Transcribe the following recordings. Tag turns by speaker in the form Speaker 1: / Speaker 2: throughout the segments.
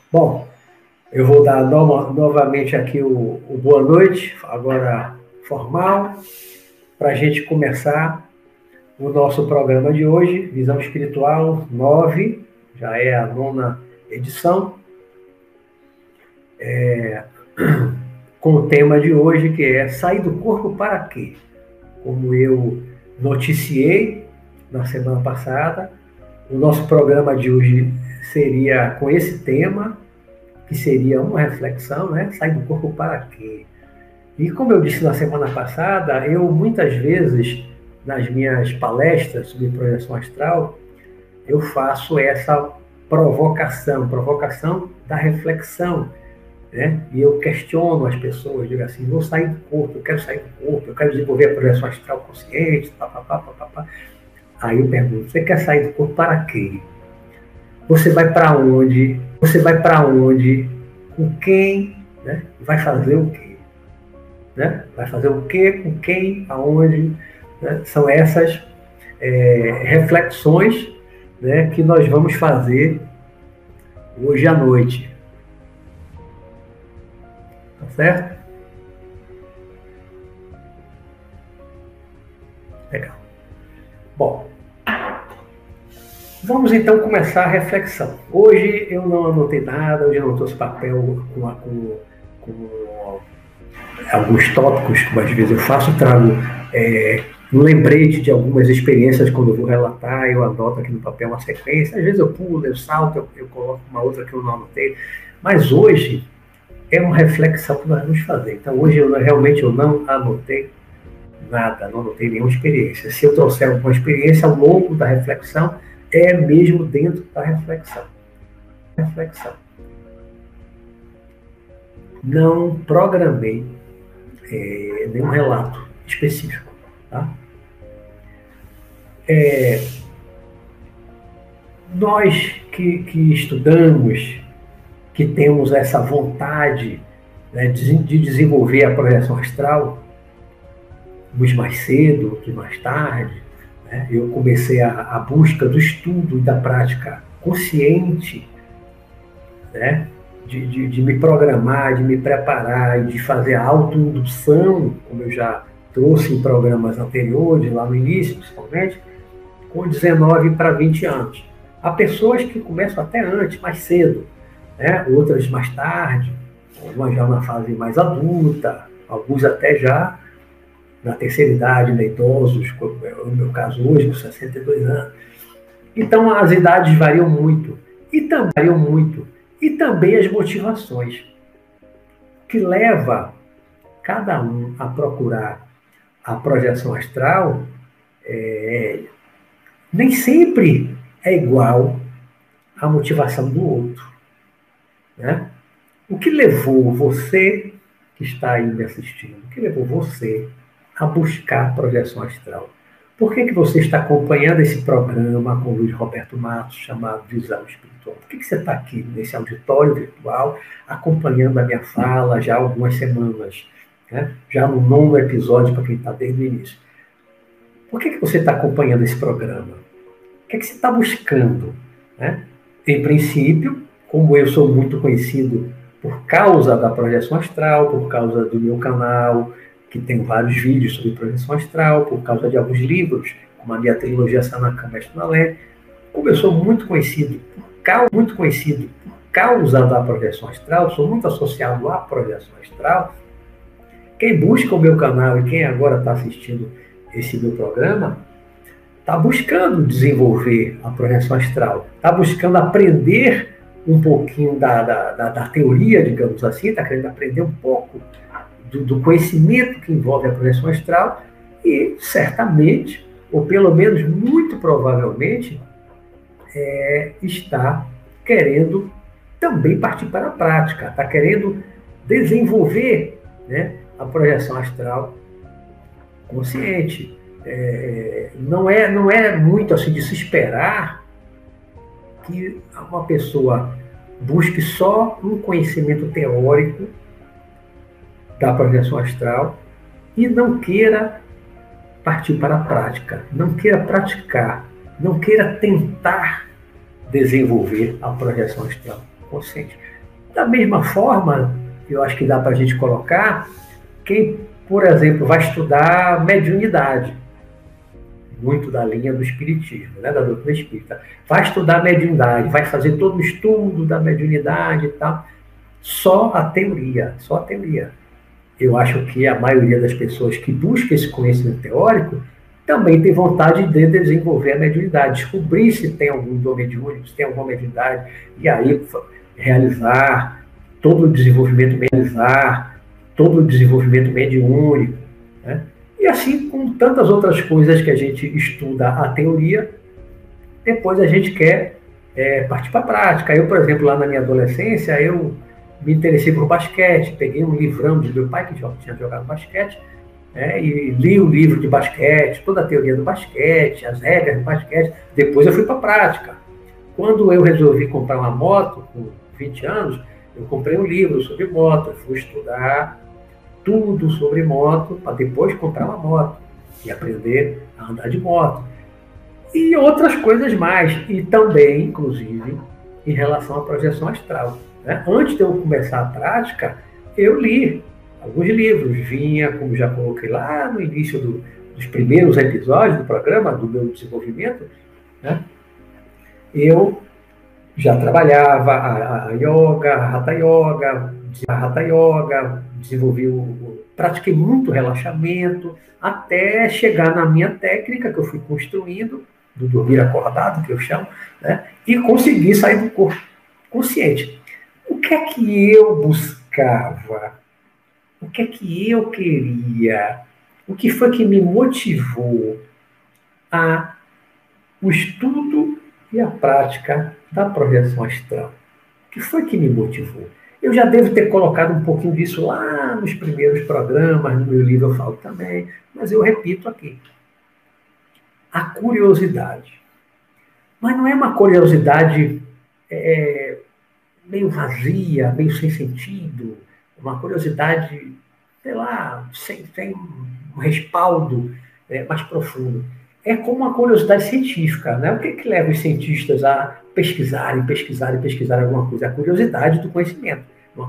Speaker 1: Bom, eu vou dar novamente aqui o boa noite, agora formal, para a gente começar o nosso programa de hoje, Visão Espiritual 9, já é a 9ª edição, com o tema de hoje que é sair do corpo para quê? Como eu noticiei na semana passada, o nosso programa de hoje seria com esse tema, que seria uma reflexão, né? Sair do corpo para quê? E como eu disse na semana passada, eu muitas vezes, nas minhas palestras sobre projeção astral, eu faço essa provocação da reflexão, né? E eu questiono as pessoas, digo assim, vou sair do corpo, eu quero sair do corpo, eu quero desenvolver a projeção astral consciente, papapá. Aí eu pergunto, você quer sair do corpo para quê? Você vai para onde? Você vai para onde? Com quem? Né? Vai fazer o quê? Né? Vai fazer o quê? Com quem? Aonde? Né? São essas reflexões, né, que nós vamos fazer hoje à noite. Tá certo? Legal. Bom, vamos então começar a reflexão. Hoje eu não anotei nada, hoje eu não trouxe papel com alguns tópicos, como às vezes eu faço, trago um lembrete de algumas experiências quando eu vou relatar, eu anoto aqui no papel uma sequência, às vezes eu pulo, eu salto, eu coloco uma outra que eu não anotei, mas hoje é uma reflexão que nós vamos fazer. Então hoje eu não anotei nada, não anotei nenhuma experiência. Se eu trouxer alguma experiência ao longo da reflexão, é mesmo dentro da reflexão. Não programei nenhum relato específico. Tá? Nós que estudamos, que temos essa vontade, né, de desenvolver a projeção astral, uns mais cedo, outros mais tarde, né? Eu comecei a busca do estudo e da prática consciente, né? De me programar, de me preparar e de fazer a autoindução, como eu já trouxe em programas anteriores, lá no início, principalmente, com 19 para 20 anos. Há pessoas que começam até antes, mais cedo, né? Outras mais tarde, algumas já na fase mais adulta, alguns até já na terceira idade, né? Idosos, como é o meu caso hoje, com 62 anos. Então, as idades variam muito. E também as motivações, que leva cada um a procurar a projeção astral, nem sempre é igual à motivação do outro. Né? O que levou você, que está aí me assistindo, o que levou você a buscar a projeção astral? Por que você está acompanhando esse programa com o Luiz Roberto Matos, chamado Visão Espiritual? Por que você está aqui nesse auditório virtual, acompanhando a minha fala já há algumas semanas? Né? Já no 9º episódio, para quem está desde o início. Por que você está acompanhando esse programa? O que você está buscando? Né? Em princípio, como eu sou muito conhecido por causa da projeção astral, por causa do meu canal, que tem vários vídeos sobre projeção astral, por causa de alguns livros, como a minha trilogia Sanakam Mestre Nalé, como eu sou muito conhecido por causa da projeção astral, sou muito associado à projeção astral, quem busca o meu canal e quem agora está assistindo esse meu programa, está buscando desenvolver a projeção astral, está buscando aprender um pouquinho da teoria, digamos assim, está querendo aprender um pouco do conhecimento que envolve a projeção astral e, certamente, ou pelo menos muito provavelmente, está querendo também partir para a prática, está querendo desenvolver, né, a projeção astral consciente. Não é muito assim de se esperar que uma pessoa busque só um conhecimento teórico da projeção astral e não queira partir para a prática, não queira praticar, não queira tentar desenvolver a projeção astral consciente. Da mesma forma, eu acho que dá para a gente colocar quem, por exemplo, vai estudar mediunidade, muito da linha do espiritismo, né, da doutrina espírita, vai estudar mediunidade, vai fazer todo o estudo da mediunidade e tal, só a teoria, só a teoria. Eu acho que a maioria das pessoas que busca esse conhecimento teórico também tem vontade de desenvolver a mediunidade, descobrir se tem algum dom mediúnico, se tem alguma mediunidade, e aí realizar todo o desenvolvimento, mediúnico, né? E assim, com tantas outras coisas que a gente estuda a teoria, depois a gente quer partir para a prática. Eu, por exemplo, lá na minha adolescência, eu me interessei por basquete, peguei um livrão de meu pai, que já tinha jogado basquete, e li o livro de basquete, toda a teoria do basquete, as regras do basquete. Depois eu fui para a prática. Quando eu resolvi comprar uma moto, com 20 anos, eu comprei um livro sobre moto, fui estudar tudo sobre moto, para depois comprar uma moto e aprender a andar de moto. E outras coisas mais, e também, inclusive, em relação à projeção astral. Né? Antes de eu começar a prática, eu li alguns livros, vinha, como já coloquei lá no início dos primeiros episódios do programa, do meu desenvolvimento, né? Eu já trabalhava a yoga, a hatha yoga, pratiquei muito relaxamento, até chegar na minha técnica que eu fui construindo, do dormir acordado, que eu chamo, né? E conseguir sair do corpo consciente. O que é que eu buscava? O que é que eu queria? O que foi que me motivou a o estudo e a prática da projeção astral? O que foi que me motivou? Eu já devo ter colocado um pouquinho disso lá nos primeiros programas, no meu livro eu falo também, mas eu repito aqui. A curiosidade. Mas não é uma curiosidade meio vazia, meio sem sentido, uma curiosidade, sei lá, sem um respaldo mais profundo. É como uma curiosidade científica, né? O que leva os cientistas a pesquisarem alguma coisa? A curiosidade do conhecimento,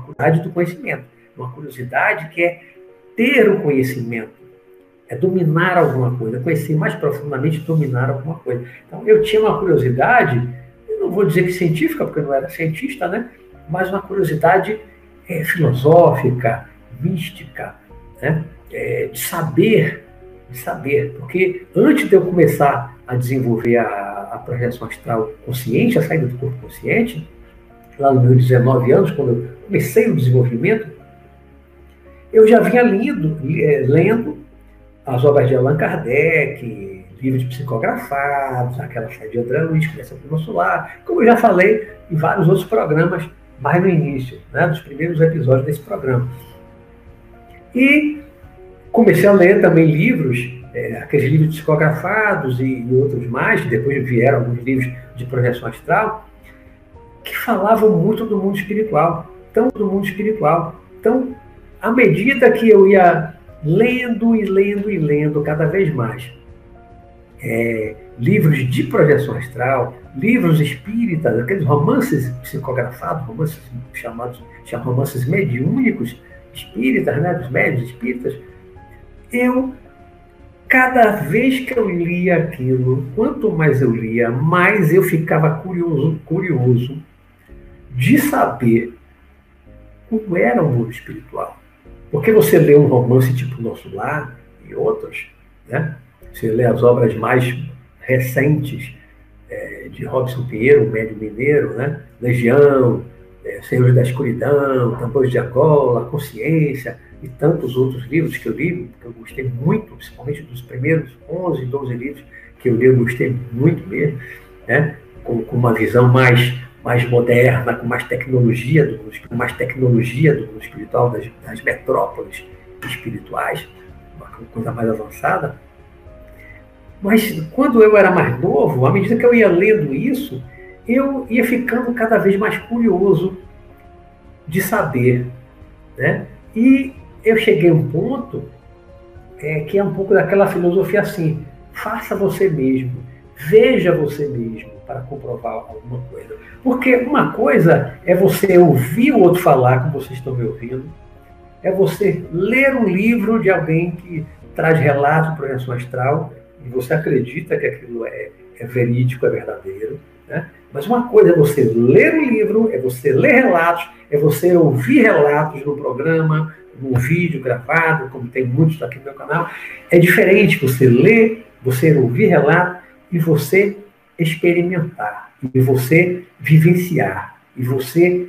Speaker 1: uma curiosidade que é ter o conhecimento, é dominar alguma coisa, conhecer mais profundamente, dominar alguma coisa. Então, eu tinha uma curiosidade, eu não vou dizer que científica, porque eu não era cientista, né? Mas uma curiosidade filosófica, mística, né? De saber, porque antes de eu começar a desenvolver a projeção astral consciente, a saída do corpo consciente, lá nos meus 19 anos, quando eu comecei o desenvolvimento, eu já vinha lendo as obras de Allan Kardec, livros psicografados, aquela série de André Luiz, Criação do Nosso Lar, como eu já falei em vários outros programas, mais no início, né, dos primeiros episódios desse programa. E comecei a ler também livros, aqueles livros psicografados e outros mais, depois vieram alguns livros de projeção astral, que falavam muito do mundo espiritual. Então, à medida que eu ia lendo cada vez mais livros de projeção astral, livros espíritas, aqueles romances psicografados, chamados romances mediúnicos espíritas, né, dos médiuns espíritas, cada vez que eu lia aquilo, quanto mais eu lia, mais eu ficava curioso de saber como era o mundo espiritual. Porque você lê um romance tipo Nosso Lar e outros, né? Você lê as obras mais recentes de Robson Pinheiro, o médium mineiro, né? Legião, Senhores da Escuridão, Tambores de Angola, Consciência e tantos outros livros que eu li, que eu gostei muito, principalmente dos primeiros 11, 12 livros que eu li, eu gostei muito mesmo, né? Com uma visão mais moderna, com mais tecnologia do mundo espiritual, das metrópoles espirituais, uma coisa mais avançada. Mas quando eu era mais novo, à medida que eu ia lendo isso, eu ia ficando cada vez mais curioso de saber, né? E eu cheguei a um ponto que é um pouco daquela filosofia assim: faça você mesmo, Veja você mesmo para comprovar alguma coisa. Porque uma coisa é você ouvir o outro falar, como vocês estão me ouvindo, é você ler um livro de alguém que traz relatos de projeção astral e você acredita que aquilo é verídico, é verdadeiro. Né? Mas uma coisa é você ler um livro, é você ler relatos, é você ouvir relatos no programa, num vídeo gravado, como tem muitos aqui no meu canal. É diferente você ler, você ouvir relatos e você experimentar, e você vivenciar, e você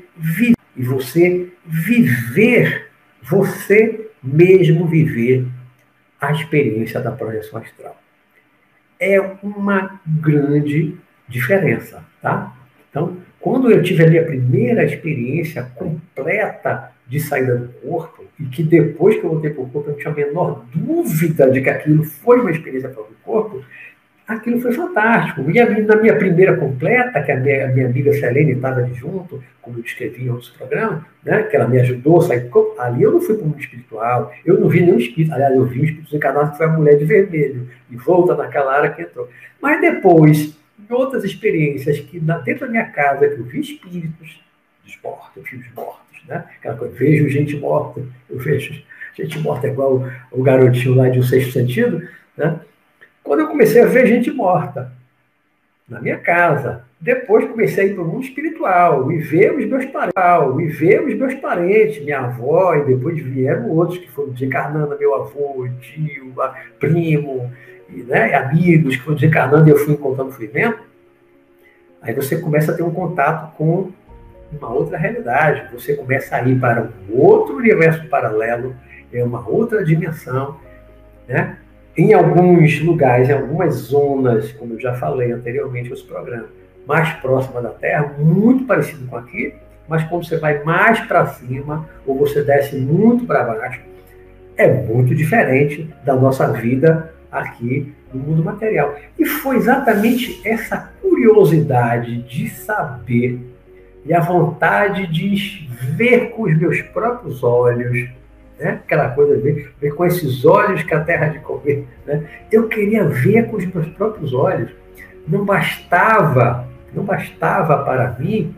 Speaker 1: viver, você mesmo viver a experiência da projeção astral. É uma grande diferença, tá? Então, quando eu tive a minha primeira experiência completa de saída do corpo, e que depois que eu voltei para o corpo eu não tinha a menor dúvida de que aquilo foi uma experiência fora do corpo, aquilo foi fantástico. E na minha primeira completa, que a minha amiga Selene estava junto, como eu descrevi em outros programas, né, que ela me ajudou a sair do corpo, ali eu não fui para o mundo espiritual, eu não vi nenhum espírito, aliás, eu vi um espírito encarnado que foi a mulher de vermelho, e volta naquela área que entrou. Mas depois, em outras experiências, que dentro da minha casa, que eu vi espíritos dos mortos, eu vi os mortos, né? Aquela coisa, eu vejo gente morta, eu vejo gente morta igual o garotinho lá de O Sexto Sentido, né? Quando eu comecei a ver gente morta na minha casa, depois comecei a ir para o mundo espiritual e ver os meus parentes, minha avó, e depois vieram outros que foram desencarnando, meu avô, tio, primo, né, amigos que foram desencarnando e eu fui encontrando, fui vendo. Aí você começa a ter um contato com uma outra realidade, você começa a ir para um outro universo paralelo, é uma outra dimensão, né? Em alguns lugares, em algumas zonas, como eu já falei anteriormente nos programas, mais próxima da Terra, muito parecido com aqui, mas quando você vai mais para cima, ou você desce muito para baixo, é muito diferente da nossa vida aqui no mundo material. E foi exatamente essa curiosidade de saber e a vontade de ver com os meus próprios olhos, né? Aquela coisa de ver com esses olhos que a terra de comer. Né? Eu queria ver com os meus próprios olhos. Não bastava para mim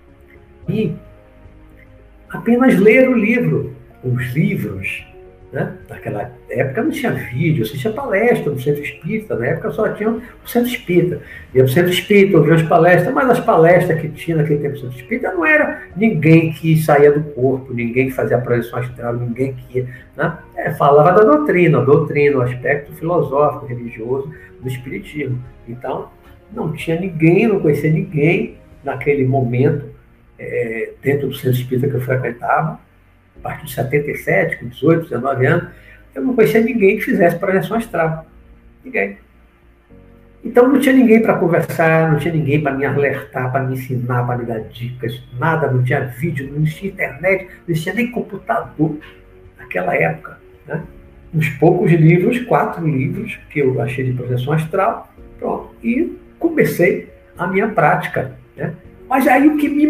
Speaker 1: apenas ler o livro, os livros. Né? Naquela época não tinha vídeo, assistia palestra no Centro Espírita, na época só tinha o Centro Espírita. Ia para o Centro Espírita, ouvia as palestras, mas as palestras que tinha naquele tempo no Centro Espírita não era ninguém que saía do corpo, ninguém que fazia a projeção astral, ninguém que ia. Né? Falava da doutrina, o aspecto filosófico, religioso do Espiritismo. Então, não tinha ninguém, não conhecia ninguém naquele momento, dentro do Centro Espírita que eu frequentava, a partir de 77, com 18, 19 anos, eu não conhecia ninguém que fizesse projeção astral. Ninguém. Então não tinha ninguém para conversar, não tinha ninguém para me alertar, para me ensinar, para me dar dicas, nada, não tinha vídeo, não existia internet, não existia nem computador naquela época. Né? Uns poucos livros, 4 livros que eu achei de projeção astral, pronto, e comecei a minha prática. Né? Mas aí o que me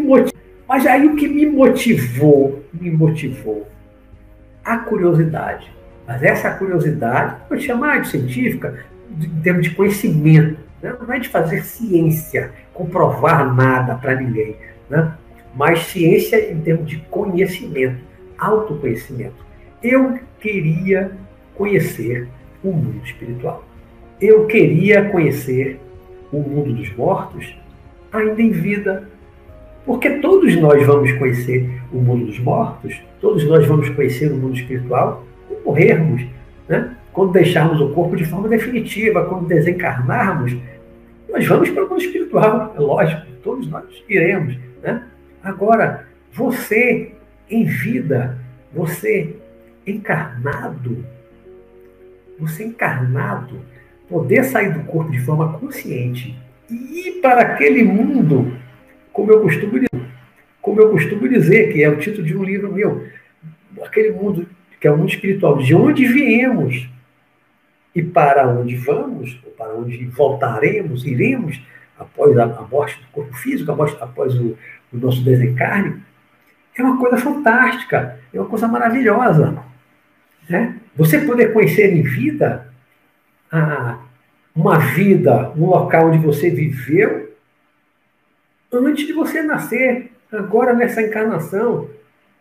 Speaker 1: motivou, a curiosidade. Mas essa curiosidade, pode chamar de científica, em termos de conhecimento, né? Não é de fazer ciência, comprovar nada para ninguém, né? Mas ciência em termos de conhecimento, autoconhecimento. Eu queria conhecer o mundo espiritual. Eu queria conhecer o mundo dos mortos ainda em vida. Porque todos nós vamos conhecer o mundo dos mortos, todos nós vamos conhecer o mundo espiritual quando morrermos, né? Quando deixarmos o corpo de forma definitiva, quando desencarnarmos, nós vamos para o mundo espiritual, é lógico, todos nós iremos. Né? Agora, você em vida, você encarnado, poder sair do corpo de forma consciente e ir para aquele mundo, como eu costumo dizer, que é o título de um livro meu, aquele mundo que é o mundo espiritual, de onde viemos e para onde vamos, ou para onde voltaremos, iremos, após a morte do corpo físico, após o nosso desencarne, é uma coisa fantástica, é uma coisa maravilhosa. Né? Você poder conhecer em vida uma vida, um local onde você viveu antes de você nascer, agora nessa encarnação.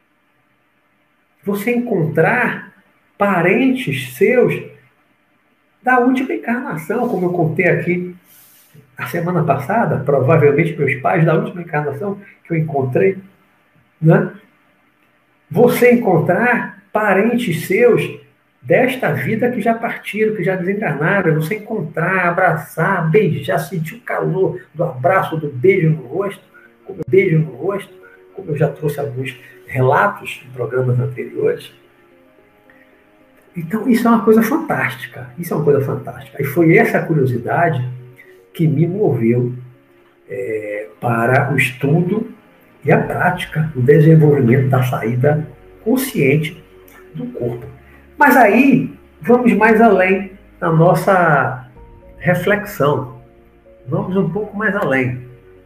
Speaker 1: Você encontrar parentes seus da última encarnação, como eu contei aqui a semana passada, provavelmente meus pais da última encarnação que eu encontrei, né? Você encontrar parentes seus desta vida que já partiram, que já desencarnaram, você encontrar, abraçar, beijar, sentir o calor do abraço, do beijo no rosto, como eu já trouxe alguns relatos em programas anteriores. Então, isso é uma coisa fantástica. E foi essa curiosidade que me moveu para o estudo e a prática, o desenvolvimento da saída consciente do corpo. Mas aí, vamos mais além na nossa reflexão. Vamos um pouco mais além.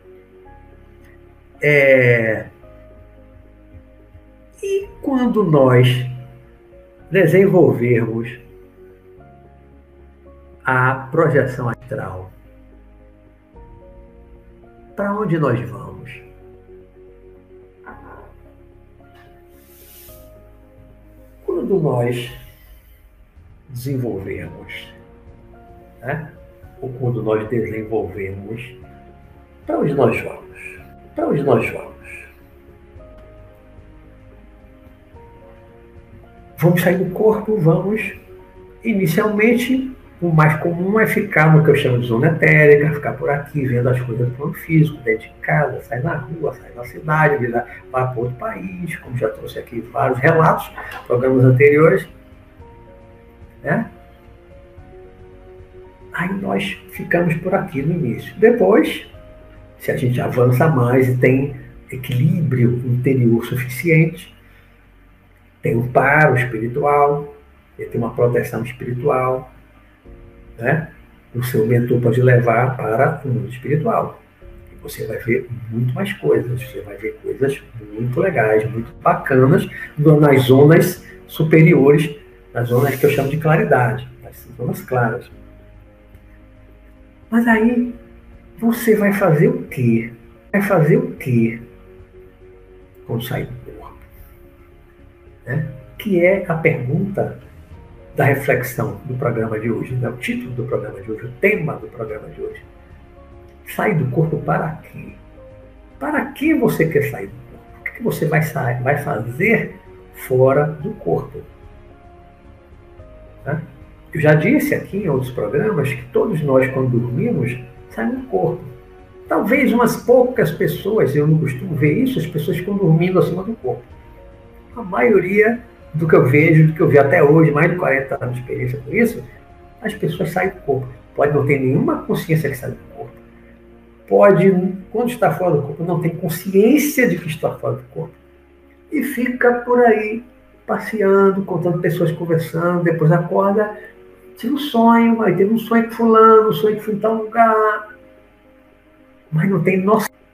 Speaker 1: E quando nós desenvolvermos a projeção astral, para onde nós vamos? Quando nós desenvolvemos, né? Ou quando nós desenvolvemos, para onde nós vamos? Para onde nós vamos? Vamos sair do corpo, vamos. Inicialmente, o mais comum é ficar no que eu chamo de zona etérica, ficar por aqui, vendo as coisas do plano físico, dentro de casa, sair na rua, sair na cidade, vai para outro país, como já trouxe aqui vários relatos, programas anteriores, né? Aí nós ficamos por aqui no início. Depois, se a gente avança mais e tem equilíbrio interior suficiente, tem um paro espiritual, tem uma proteção espiritual, né? O seu mentor pode levar para o mundo espiritual. E você vai ver muito mais coisas, você vai ver coisas muito legais, muito bacanas, nas zonas superiores, nas zonas que eu chamo de claridade, nas zonas claras. Mas aí, você vai fazer o quê? Quando sair do corpo? Né? Que é a pergunta da reflexão do programa de hoje, né? O título do programa de hoje, o tema do programa de hoje. Sair do corpo para quê? Para que você quer sair do corpo? O que você vai fazer fora do corpo? Né? Eu já disse aqui em outros programas que todos nós, quando dormimos, saímos do corpo. Talvez umas poucas pessoas, eu não costumo ver isso, as pessoas ficam dormindo acima do corpo. A maioria do que eu vejo, do que eu vi até hoje, mais de 40 anos de experiência com isso, as pessoas saem do corpo. Pode não ter nenhuma consciência que sai do corpo. Pode, quando está fora do corpo, não tem consciência de que está fora do corpo. E fica por aí, passeando, contando pessoas conversando, depois acorda, tira um sonho, aí teve um sonho com fulano, um sonho que foi em tal lugar. Mas não tem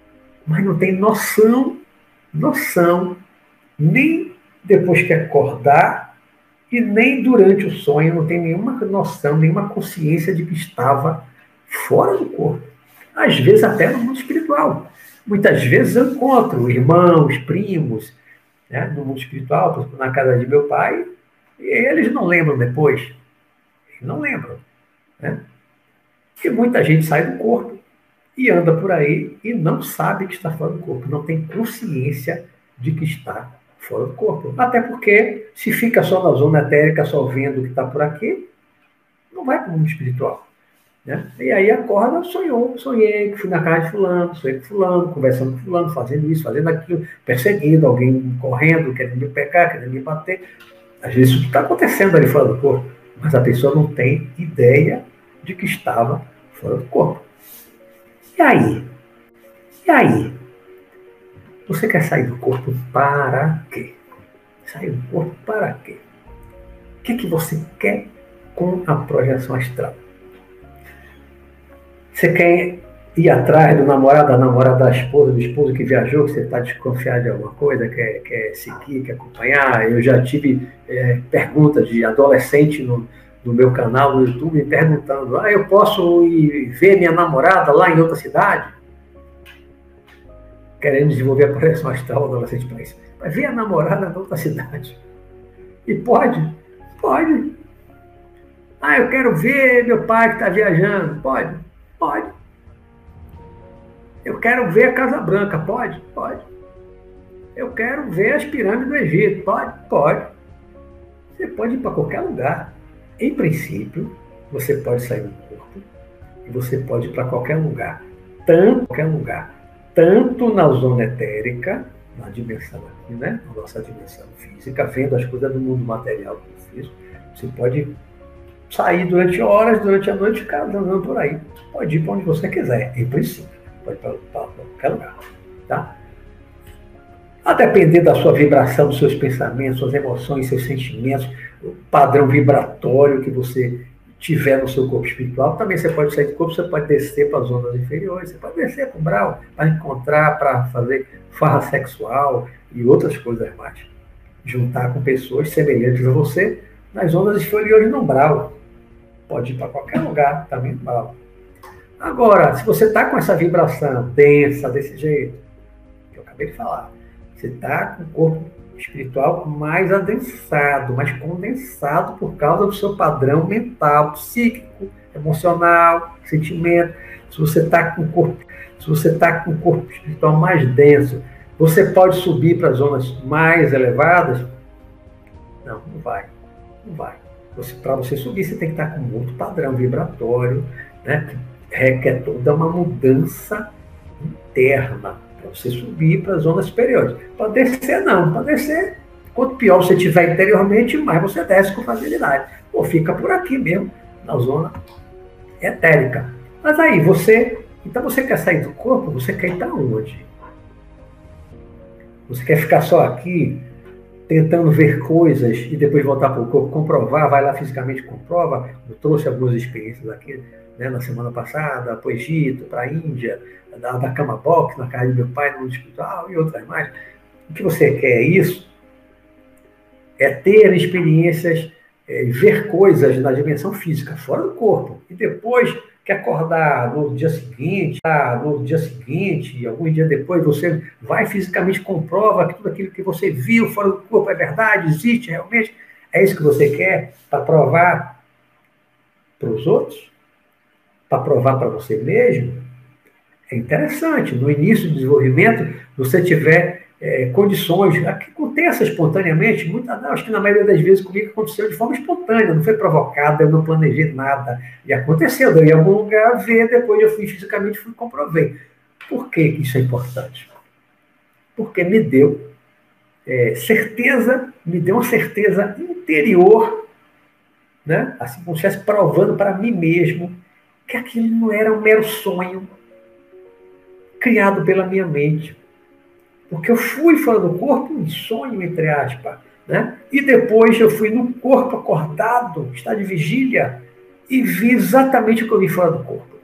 Speaker 1: noção, nem depois que acordar e nem durante o sonho, não tem nenhuma noção, nenhuma consciência de que estava fora do corpo. Às vezes até no mundo espiritual. Muitas vezes eu encontro irmãos, primos, né, no mundo espiritual, por exemplo, na casa de meu pai, e eles não lembram depois. Eles não lembram. Né? Porque muita gente sai do corpo e anda por aí e não sabe que está fora do corpo, não tem consciência de que está fora do corpo. Até porque, se fica só na zona etérica, só vendo o que está por aqui, não vai para o mundo espiritual. Né? E aí acorda, sonhei que fui na casa de fulano, sonhei com fulano, conversando com fulano, fazendo isso, fazendo aquilo, perseguindo alguém, correndo, querendo me pegar, querendo me bater. Às vezes isso está acontecendo ali fora do corpo, mas a pessoa não tem ideia de que estava fora do corpo. E aí? Você quer sair do corpo para quê? Sair do corpo para quê? O que você quer com a projeção astral? Você quer ir atrás do namorado, da namorada, da esposa, do esposo que viajou, que você está desconfiado de alguma coisa, quer seguir, quer acompanhar? Eu já tive perguntas de adolescente do meu canal no YouTube me perguntando: eu posso ir ver minha namorada lá em outra cidade? Querendo desenvolver a projeção astral do adolescente para isso. Mas ver a namorada em outra cidade. E pode? Pode. Eu quero ver meu pai que está viajando. Pode? Pode. Eu quero ver a Casa Branca. Pode? Pode. Eu quero ver as pirâmides do Egito. Pode? Pode. Você pode ir para qualquer lugar. Em princípio, você pode sair do corpo e você pode ir para qualquer lugar. Tanto na zona etérica, na dimensão aqui, né? Na nossa dimensão física, vendo as coisas do mundo material que eu fiz. Você pode sair durante horas, durante a noite, ficar andando por aí. Pode ir para onde você quiser, em princípio. Pode ir para qualquer lugar. Tá? A depender da sua vibração, dos seus pensamentos, suas emoções, seus sentimentos, o padrão vibratório que você tiver no seu corpo espiritual, também você pode sair do corpo, você pode descer para as zonas inferiores, você pode descer para o umbral, para encontrar, para fazer farra sexual e outras coisas mais. Juntar com pessoas semelhantes a você nas zonas inferiores no umbral. Pode ir para qualquer lugar, também no umbral. Agora, se você está com essa vibração densa, desse jeito, que eu acabei de falar, você está com o corpo espiritual mais adensado, mais condensado por causa do seu padrão mental, psíquico, emocional, sentimento. Se você está com o corpo espiritual mais denso, você pode subir para zonas mais elevadas? Não vai. Não vai. Para você subir, você tem que estar com outro padrão vibratório, né? Que requer toda uma mudança interna para você subir para as zonas superiores. Para descer, não. Para descer, quanto pior você estiver interiormente, mais você desce com facilidade. Ou fica por aqui mesmo, na zona etérica. Mas aí, então você quer sair do corpo, você quer ir para onde? Você quer ficar só aqui, tentando ver coisas e depois voltar para o corpo, comprovar, vai lá fisicamente comprova. Eu trouxe algumas experiências aqui, né, na semana passada, para o Egito, para a Índia, da cama box, na casa do meu pai, no mundo espiritual e outras mais. O que você quer é isso? É ter experiências, ver coisas na dimensão física, fora do corpo. E depois que acordar no dia seguinte, algum dia depois, você vai fisicamente comprova que tudo aquilo que você viu fora do corpo é verdade, existe realmente. É isso que você quer para provar para os outros? Para provar para você mesmo? É interessante. No início do desenvolvimento, você tiver condições, que aconteça espontaneamente, acho que na maioria das vezes comigo aconteceu de forma espontânea, não foi provocada, eu não planejei nada. E aconteceu, eu ia a algum lugar ver, depois eu fui fisicamente e comprovei. Por que isso é importante? Porque me deu certeza, me deu uma certeza interior, né? Assim como se estivesse provando para mim mesmo que aquilo não era um mero sonho criado pela minha mente. Porque eu fui fora do corpo, um sonho, entre aspas, né? E depois eu fui no corpo acordado, está de vigília, e vi exatamente o que eu vi fora do corpo.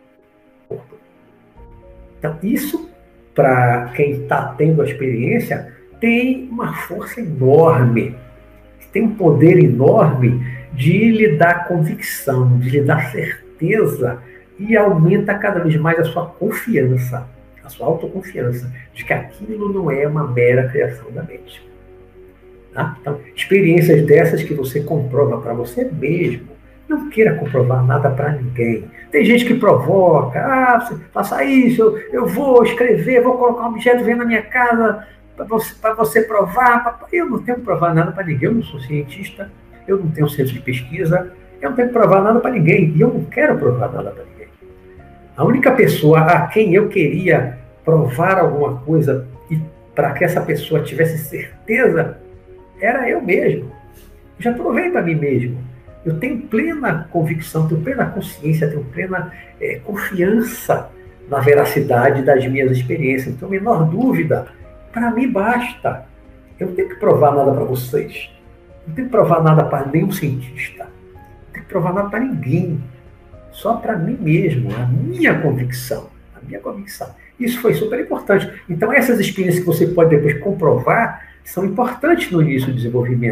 Speaker 1: Então, isso, para quem está tendo a experiência, tem uma força enorme, tem um poder enorme de lhe dar convicção, de lhe dar certeza, e aumenta cada vez mais a sua confiança, a sua autoconfiança, de que aquilo não é uma mera criação da mente. Tá? Então, experiências dessas que você comprova para você mesmo, não queira comprovar nada para ninguém. Tem gente que provoca, faça isso, eu vou escrever, vou colocar um objeto vem na minha casa para você provar. Eu não tenho que provar nada para ninguém, eu não sou cientista, eu não tenho centro de pesquisa, eu não tenho que provar nada para ninguém, e eu não quero provar nada para ninguém. A única pessoa a quem eu queria provar alguma coisa e para que essa pessoa tivesse certeza era eu mesmo. Eu já provei para mim mesmo. Eu tenho plena convicção, tenho plena consciência, tenho plena confiança na veracidade das minhas experiências. Não tenho a menor dúvida. Para mim basta. Eu não tenho que provar nada para vocês. Não tenho que provar nada para nenhum cientista. Não tenho que provar nada para ninguém. Só para mim mesmo, a minha convicção. A minha convicção. Isso foi super importante. Então, essas experiências que você pode depois comprovar são importantes no início do desenvolvimento.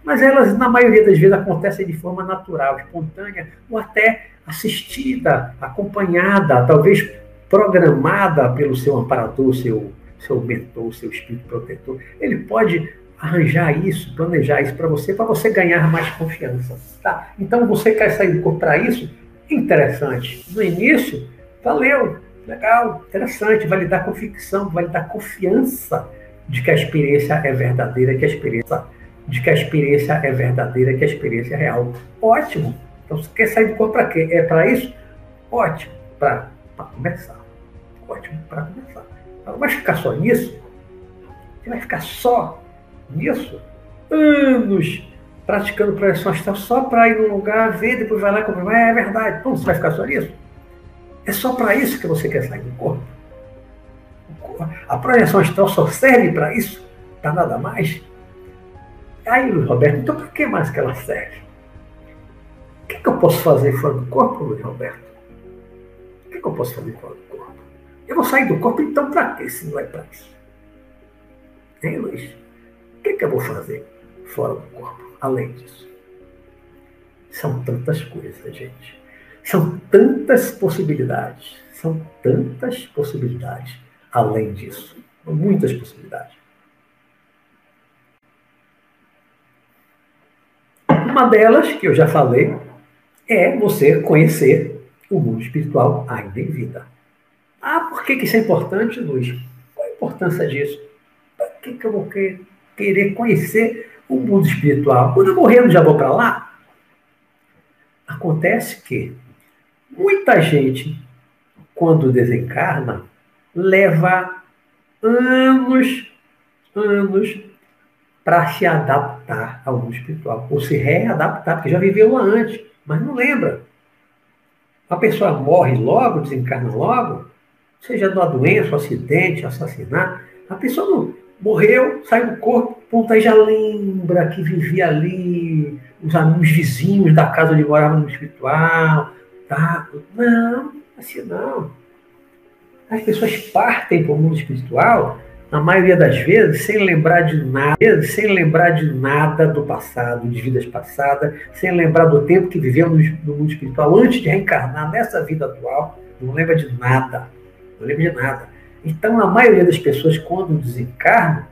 Speaker 1: mas elas, na maioria das vezes, acontecem de forma natural, espontânea, ou até assistida, acompanhada, talvez programada pelo seu amparador, seu mentor, seu espírito protetor. Ele pode arranjar isso, planejar isso para você ganhar mais confiança. Tá? Então, você quer sair do corpo para isso? Interessante. No início, valeu, legal, interessante, vai lhe dar convicção, vai lhe dar confiança de que a experiência é verdadeira, que a experiência é verdadeira, que a experiência é real. Ótimo. Então, você quer sair do corpo para quê? É para isso? Ótimo, para começar. Ótimo, para começar. Não vai ficar só nisso? Você vai ficar só nisso? Anos praticando projeção astral só para ir num lugar, ver, depois vai lá e comprovar. É verdade. Então, você vai ficar só nisso? É só para isso que você quer sair do corpo? A projeção astral só serve para isso? Para nada mais? Aí, Luiz Roberto, então para que mais que ela serve? O que eu posso fazer fora do corpo, Luiz Roberto? O que eu posso fazer fora do corpo? Eu vou sair do corpo, então para quê, se não é para isso? Hein, Luiz? O que eu vou fazer fora do corpo, além disso? São tantas coisas, gente. São tantas possibilidades. São tantas possibilidades além disso. Muitas possibilidades. Uma delas, que eu já falei, é você conhecer o mundo espiritual ainda em vida. Ah, por que isso é importante, Luiz? Qual a importância disso? Por que eu vou querer conhecer o mundo espiritual? Quando eu morrer, eu já vou para lá? Acontece que muita gente, quando desencarna, leva anos para se adaptar ao mundo espiritual, ou se readaptar, porque já viveu lá antes, mas não lembra. A pessoa morre logo, desencarna logo, seja de uma doença, um acidente, assassinato, a pessoa não morreu, saiu do corpo, ponto, aí já lembra que vivia ali, os vizinhos da casa onde morava no mundo espiritual, tá? Não, assim não. As pessoas partem para o mundo espiritual, na maioria das vezes, sem lembrar de nada do passado, de vidas passadas, sem lembrar do tempo que viveu no mundo espiritual, antes de reencarnar nessa vida atual, não lembra de nada. Não lembra de nada. Então, a maioria das pessoas, quando desencarna,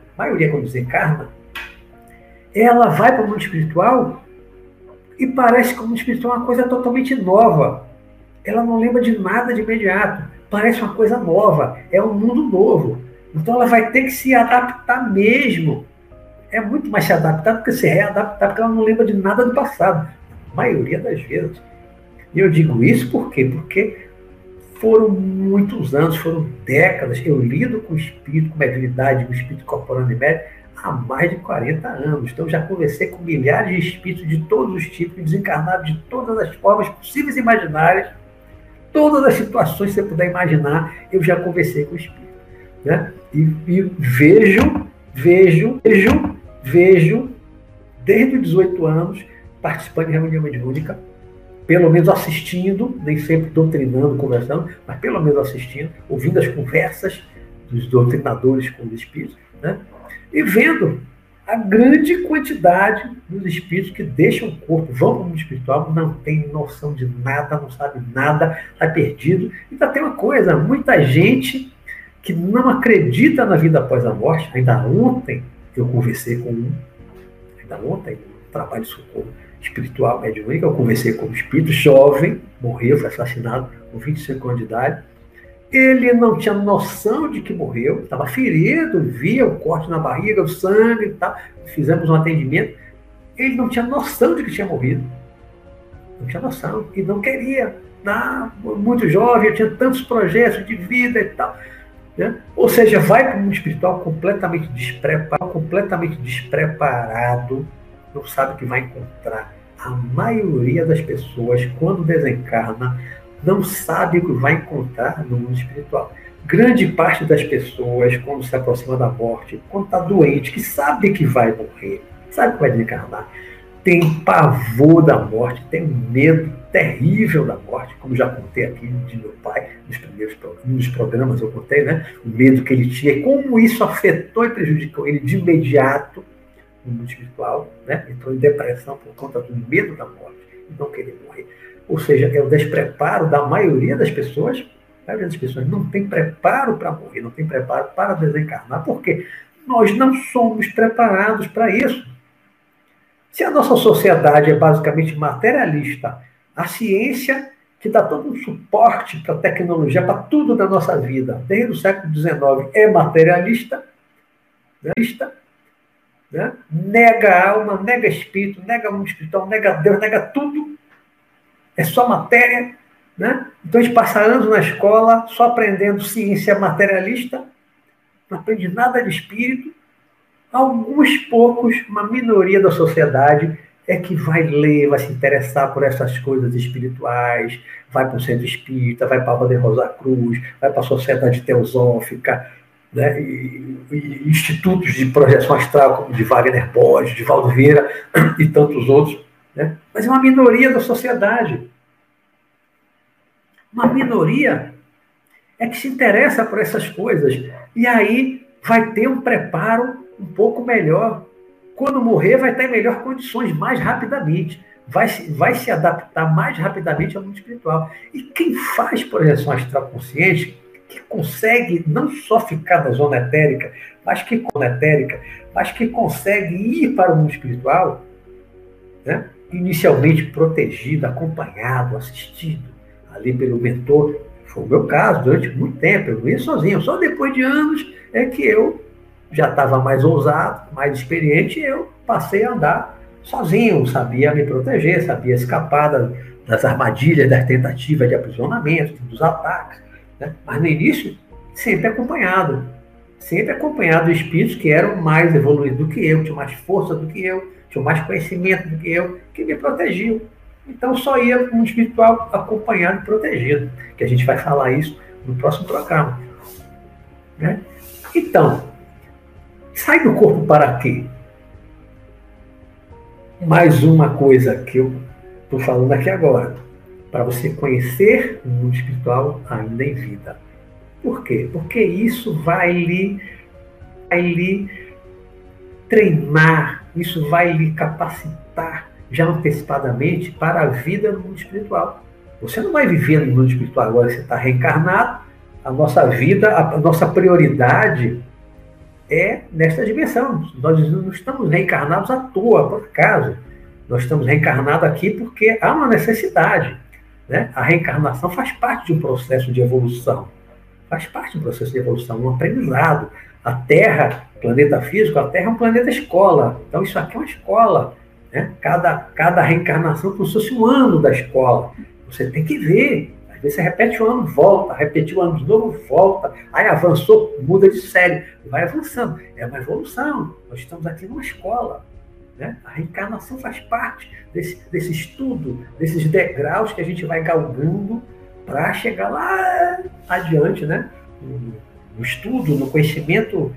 Speaker 1: ela vai para o mundo espiritual e parece que o mundo espiritual é uma coisa totalmente nova. Ela não lembra de nada de imediato. Parece uma coisa nova. É um mundo novo. Então, ela vai ter que se adaptar mesmo. É muito mais se adaptar do que se readaptar, porque ela não lembra de nada do passado. A maioria das vezes. E eu digo isso por quê? Porque foram muitos anos, foram décadas. Eu lido com o espírito, com mediunidade, com o espírito corporal e médico há mais de 40 anos. Então, já conversei com milhares de espíritos de todos os tipos, desencarnados de todas as formas possíveis e imaginárias. Todas as situações que você puder imaginar, eu já conversei com o espírito. Né? E vejo, desde os 18 anos, participando de reunião mediúnica, pelo menos assistindo, nem sempre doutrinando, conversando, mas pelo menos assistindo, ouvindo as conversas dos doutrinadores com os espíritos, né? E vendo a grande quantidade dos espíritos que deixam o corpo, vão para o mundo espiritual, não tem noção de nada, não sabe nada, está perdido. E ainda tem uma coisa, muita gente que não acredita na vida após a morte. Ainda ontem eu conversei com no trabalho de socorro espiritual mediúnico, eu conversei com um espírito jovem, morreu, foi assassinado com 25 anos de idade. Ele não tinha noção de que morreu, estava ferido, via o corte na barriga, o sangue e tal. Fizemos um atendimento. Ele não tinha noção de que tinha morrido. Não tinha noção. E não queria. Muito jovem, tinha tantos projetos de vida e tal. Né? Ou seja, vai para o mundo espiritual completamente despreparado, não sabe o que vai encontrar. A maioria das pessoas, quando desencarna, não sabe o que vai encontrar no mundo espiritual. Grande parte das pessoas, quando se aproxima da morte, quando está doente, que sabe que vai morrer, sabe que vai desencarnar, tem pavor da morte, tem um medo terrível da morte, como já contei aqui de meu pai, nos programas eu contei, né? O medo que ele tinha, como isso afetou e prejudicou ele de imediato, no mundo espiritual, né? Entrou em depressão por conta do medo da morte e não querer morrer. Ou seja, é o despreparo da maioria das pessoas. A maioria das pessoas não tem preparo para morrer, não tem preparo para desencarnar. Por quê? Nós não somos preparados para isso. Se a nossa sociedade é basicamente materialista, a ciência, que dá todo um suporte para a tecnologia, para tudo da nossa vida, desde o século XIX, é materialista, né? Nega a alma, nega espírito, nega o mundo espiritual, nega Deus, nega tudo, é só matéria. Né? Então a gente passa anos na escola só aprendendo ciência materialista, não aprende nada de espírito. Alguns poucos, uma minoria da sociedade é que vai ler, vai se interessar por essas coisas espirituais, vai para o centro espírita, vai para a Ordem Rosa Cruz, vai para a Sociedade Teosófica, né? E institutos de projeção astral, como de Wagner Borges, de Valdo Vieira e tantos outros. Né? Mas é uma minoria da sociedade. Uma minoria é que se interessa por essas coisas. E aí vai ter um preparo um pouco melhor. Quando morrer, vai estar em melhores condições mais rapidamente. Vai se adaptar mais rapidamente ao mundo espiritual. E quem faz projeção astral consciente, que consegue não só ficar na zona etérica, mas que consegue ir para o mundo espiritual, né? Inicialmente protegido, acompanhado, assistido ali pelo mentor. Foi o meu caso, durante muito tempo, eu ia sozinho. Só depois de anos é que eu já estava mais ousado, mais experiente, e eu passei a andar sozinho, sabia me proteger, sabia escapar das armadilhas, das tentativas de aprisionamento, dos ataques. Né? Mas no início, sempre acompanhado de espíritos que eram mais evoluídos do que eu, tinham mais força do que eu, tinham mais conhecimento do que eu, que me protegiam. Então só ia com um espiritual acompanhado e protegido, que a gente vai falar isso no próximo programa. Né? Então, sai do corpo para quê? Mais uma coisa que eu estou falando aqui agora, para você conhecer o mundo espiritual ainda em vida. Por quê? Porque isso vai lhe treinar, isso vai lhe capacitar já antecipadamente para a vida no mundo espiritual. Você não vai viver no mundo espiritual agora, você está reencarnado, a nossa vida, a nossa prioridade é nesta dimensão. Nós não estamos reencarnados à toa, por acaso. Nós estamos reencarnados aqui porque há uma necessidade. Né? A reencarnação faz parte de um processo de evolução. Faz parte de um processo de evolução, um aprendizado. A Terra, planeta físico, a Terra é um planeta escola. Então, isso aqui é uma escola. Né? Cada reencarnação é como se fosse um ano da escola. Você tem que ver. Às vezes você repete um ano, volta. Repetiu um ano de novo, volta. Aí avançou, muda de série. Vai avançando. É uma evolução. Nós estamos aqui numa escola. Né? A reencarnação faz parte desse estudo, desses degraus que a gente vai galgando para chegar lá adiante, né? No estudo, no conhecimento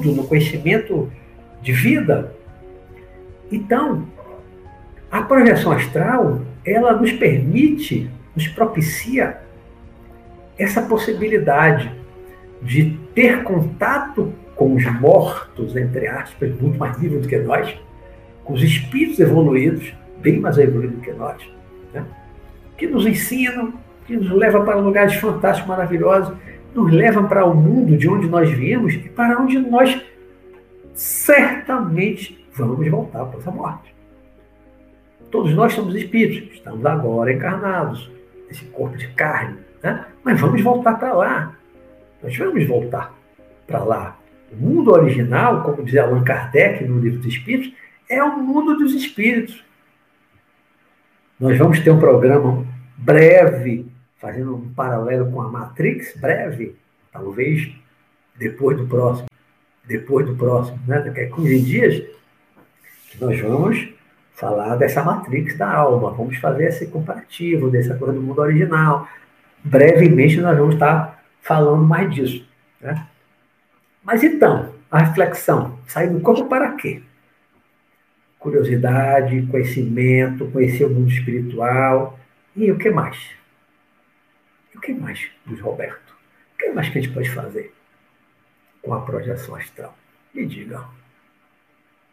Speaker 1: de vida. Então, a projeção astral, ela nos permite, nos propicia essa possibilidade de ter contato com os mortos, entre aspas, muito mais vivos do que nós, com os espíritos evoluídos, bem mais evoluídos do que nós, né? Que nos ensinam, que nos levam para lugares fantásticos, maravilhosos, nos levam para o mundo de onde nós viemos e para onde nós certamente vamos voltar após a morte. Todos nós somos espíritos, estamos agora encarnados, nesse corpo de carne, né? Mas vamos voltar para lá. Nós vamos voltar para lá. O mundo original, como diz Allan Kardec no Livro dos Espíritos, é o mundo dos espíritos. Nós vamos ter um programa breve, fazendo um paralelo com a Matrix, breve, talvez depois do próximo, né? Daqui a 15 dias, nós vamos falar dessa Matrix da alma, vamos fazer esse comparativo, dessa coisa do mundo original. Brevemente nós vamos estar falando mais disso. Né? Mas então, a reflexão, sair do corpo para quê? Curiosidade, conhecimento, conhecer o mundo espiritual. E o que mais? E o que mais, Luiz Roberto? O que mais que a gente pode fazer com a projeção astral? Me diga. O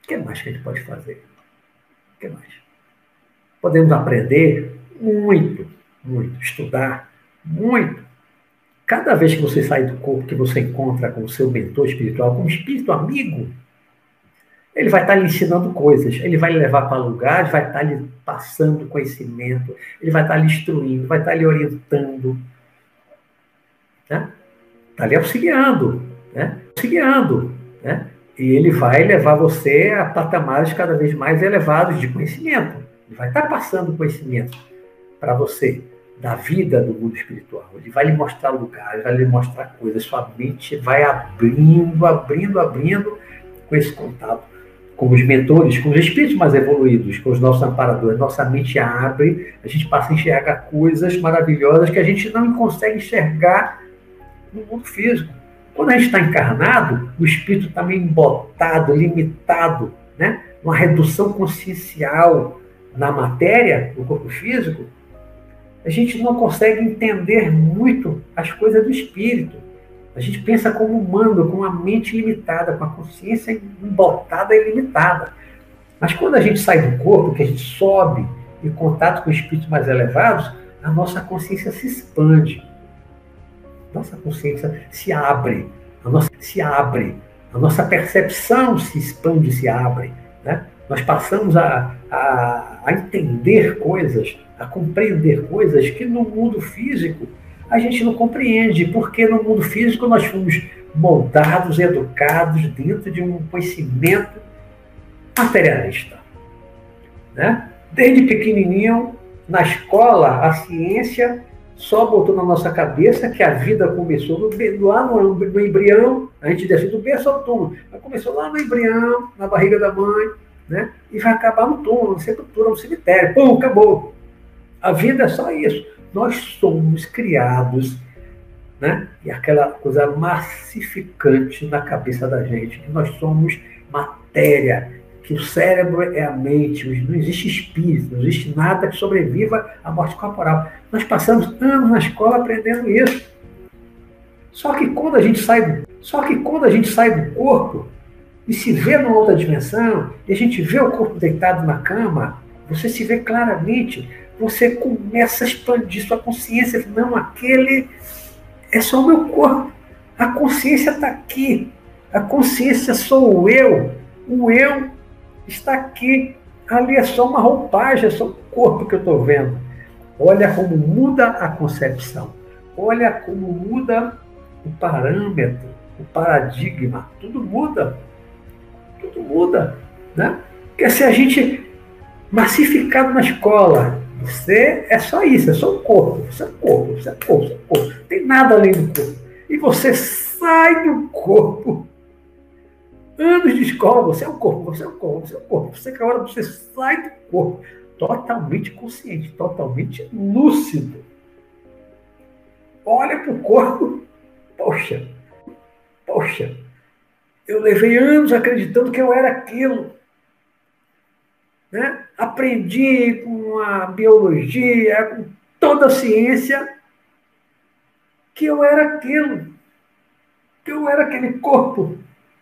Speaker 1: que mais que a gente pode fazer? O que mais? Podemos aprender muito, muito, estudar muito. Cada vez que você sai do corpo, que você encontra com o seu mentor espiritual, com um espírito amigo, ele vai estar lhe ensinando coisas, ele vai lhe levar para lugares, vai estar lhe passando conhecimento, ele vai estar lhe instruindo, vai estar lhe orientando, né? Está lhe auxiliando, né? Auxiliando, né? E ele vai levar você a patamares cada vez mais elevados de conhecimento. Ele vai estar passando conhecimento para você da vida do mundo espiritual. Ele vai lhe mostrar lugares, vai lhe mostrar coisas. Sua mente vai abrindo, abrindo, abrindo com esse contato com os mentores, com os espíritos mais evoluídos, com os nossos amparadores. Nossa mente abre, a gente passa a enxergar coisas maravilhosas que a gente não consegue enxergar no mundo físico. Quando a gente está encarnado, o espírito está meio embotado, limitado, né? Uma redução consciencial na matéria, no corpo físico, a gente não consegue entender muito as coisas do espírito. A gente pensa como humano, com a mente limitada, com a consciência embotada e limitada. Mas quando a gente sai do corpo, que a gente sobe em contato com espíritos mais elevados, a nossa consciência se expande. Nossa consciência se abre, a nossa percepção se expande, se abre, né? Nós passamos a entender coisas, a compreender coisas que no mundo físico a gente não compreende, porque no mundo físico nós fomos moldados, educados dentro de um conhecimento materialista, né? Desde pequenininho, na escola, a ciência só botou na nossa cabeça que a vida começou lá no embrião, a gente desce do berço ao túmulo, mas começou lá no embrião, na barriga da mãe, né? E vai acabar no túmulo, na sepultura, no cemitério. Pum, acabou. A vida é só isso. Nós somos criados, né? E aquela coisa massificante na cabeça da gente, que nós somos matéria, que o cérebro é a mente, não existe espírito, não existe nada que sobreviva à morte corporal. Nós passamos anos na escola aprendendo isso. Só que quando a gente sai do corpo e se vê numa outra dimensão, e a gente vê o corpo deitado na cama, você se vê claramente, você começa a expandir sua consciência. Não, aquele é só o meu corpo. A consciência está aqui. A consciência sou eu. O eu está aqui. Ali é só uma roupagem, é só o corpo que eu estou vendo. Olha como muda a concepção. Olha como muda o parâmetro, o paradigma. Tudo muda. Tudo muda, né? Porque se a gente massificado na escola, você é só isso, é só o corpo, você é o corpo, você é o corpo, você é o corpo. Não tem nada além do corpo. E você sai do corpo. Anos de escola, você é o corpo, você é o corpo, você é o corpo. Você que agora você sai do corpo, totalmente consciente, totalmente lúcido. Olha para o corpo, poxa, eu levei anos acreditando que eu era aquilo. Né? Aprendi com a biologia, com toda a ciência, que eu era aquilo, que eu era aquele corpo.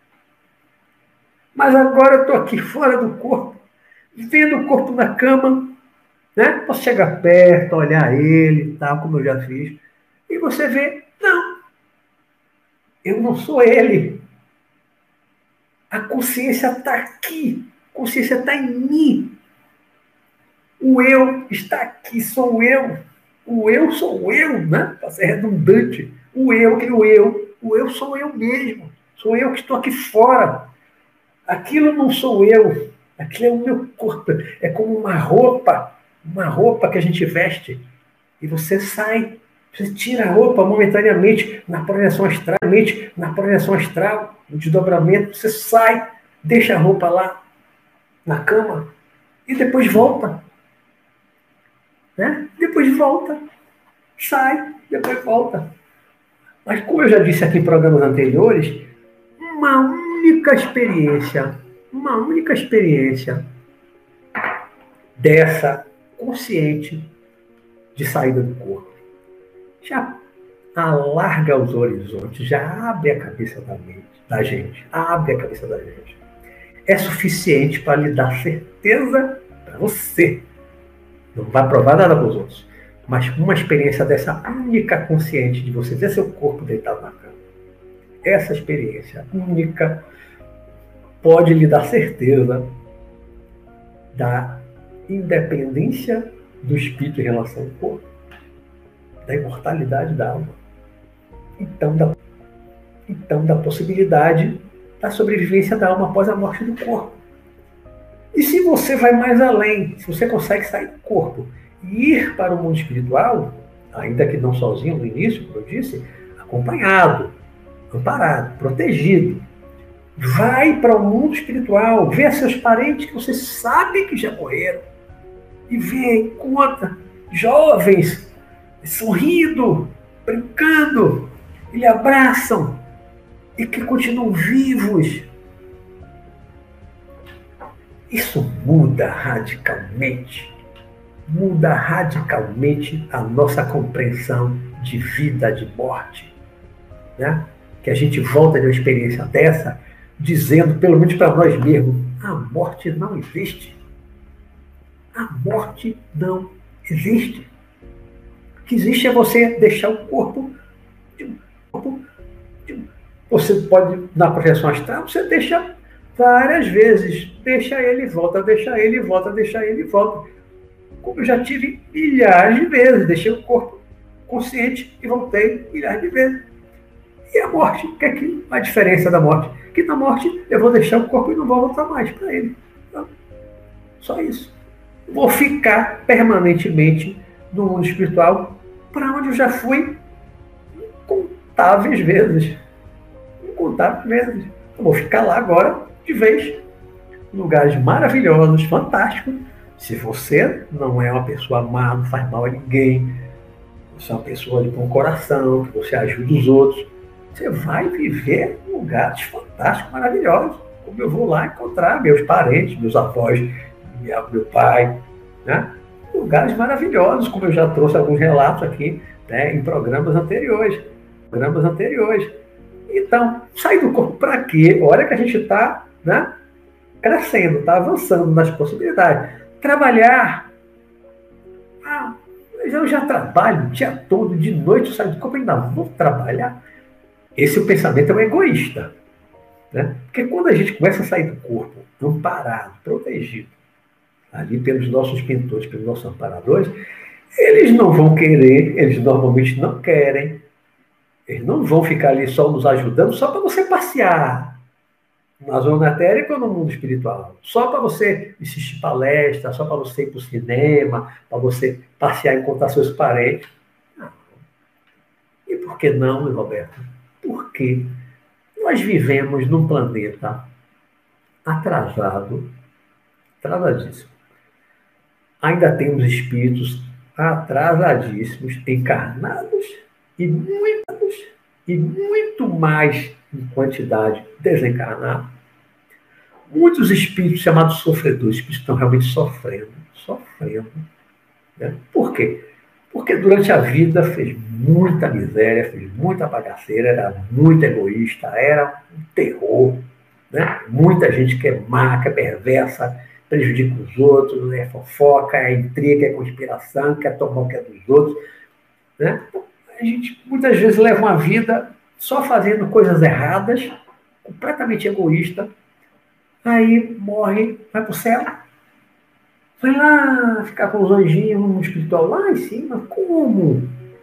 Speaker 1: Mas agora eu estou aqui fora do corpo, vendo o corpo na cama, né? Posso chegar perto, olhar ele e tal, como eu já fiz, e você vê, não, eu não sou ele. A consciência está aqui, a consciência está em mim. O eu está aqui, sou eu. O eu sou eu, né? Para ser redundante. O eu sou eu mesmo. Sou eu que estou aqui fora. Aquilo não sou eu. Aquilo é o meu corpo. É como uma roupa que a gente veste. E você sai, você tira a roupa momentaneamente na projeção astral, no desdobramento, você sai, deixa a roupa lá na cama e depois volta. Né? Depois volta, sai, depois volta. Mas como eu já disse aqui em programas anteriores, uma única experiência dessa consciente de saída do corpo já alarga os horizontes, já abre a cabeça da gente, abre a cabeça da gente. é suficiente para lhe dar certeza para você. Não vai provar nada para os outros. Mas uma experiência dessa única consciente de você ver seu corpo deitado na cama, essa experiência única pode lhe dar certeza da independência do espírito em relação ao corpo, da imortalidade da alma. Então, da possibilidade da sobrevivência da alma após a morte do corpo. E se você vai mais além, se você consegue sair do corpo e ir para o mundo espiritual, ainda que não sozinho no início, como eu disse, acompanhado, amparado, protegido, vai para o mundo espiritual, vê seus parentes que você sabe que já morreram, e vê, encontra jovens sorrindo, brincando, e lhe abraçam, e que continuam vivos. Isso muda radicalmente a nossa compreensão de vida, de morte. Né? Que a gente volta de uma experiência dessa, dizendo, pelo menos para nós mesmos, a morte não existe. A morte não existe. O que existe é você deixar o corpo. Você pode, na projeção astral, você deixa várias vezes. Deixa ele e volta, deixa ele e volta, deixa ele e volta. Como eu já tive milhares de vezes. Deixei o corpo consciente e voltei milhares de vezes. E a morte, que é que a diferença da morte? Que na morte eu vou deixar o corpo e não vou voltar mais para ele. Então, só isso. Vou ficar permanentemente no mundo espiritual, para onde eu já fui incontáveis vezes. Incontáveis vezes. Eu vou ficar lá agora, de vez. Lugares maravilhosos, fantásticos. Se você não é uma pessoa má, não faz mal a ninguém, você é uma pessoa de bom coração, que você ajuda os outros, você vai viver em lugares fantásticos, maravilhosos. Como eu vou lá encontrar meus parentes, meus avós, meu pai, né? Lugares maravilhosos, como eu já trouxe alguns relatos aqui, né, em programas anteriores. Então, sair do corpo para quê? Olha que a gente está, né, crescendo, está avançando nas possibilidades. Trabalhar. Eu já trabalho o dia todo, de noite eu saio do corpo e ainda vou trabalhar. Esse pensamento é um egoísta. Né? Porque quando a gente começa a sair do corpo, amparado, protegido, ali pelos nossos mentores, pelos nossos amparadores, eles não vão querer, eles normalmente não querem, eles não vão ficar ali só nos ajudando, só para você passear na zona etérica ou no mundo espiritual, só para você assistir palestra, só para você ir para o cinema, para você passear e encontrar seus parentes. Não. E por que não, meu Roberto? Porque nós vivemos num planeta atrasadíssimo. Ainda temos espíritos atrasadíssimos, encarnados e muito mais em quantidade desencarnados. Muitos espíritos chamados sofredores, espíritos estão realmente sofrendo. Né? Por quê? Porque durante a vida fez muita miséria, fez muita bagaceira, era muito egoísta, era um terror. Né? Muita gente que é má, que é perversa, prejudica os outros, é fofoca, é intriga, é conspiração, quer tomar o que é dos outros. Né? Então, a gente muitas vezes leva uma vida só fazendo coisas erradas, completamente egoísta, aí morre, vai para o céu, vai lá ficar com os anjinhos no espiritual lá em cima. Como?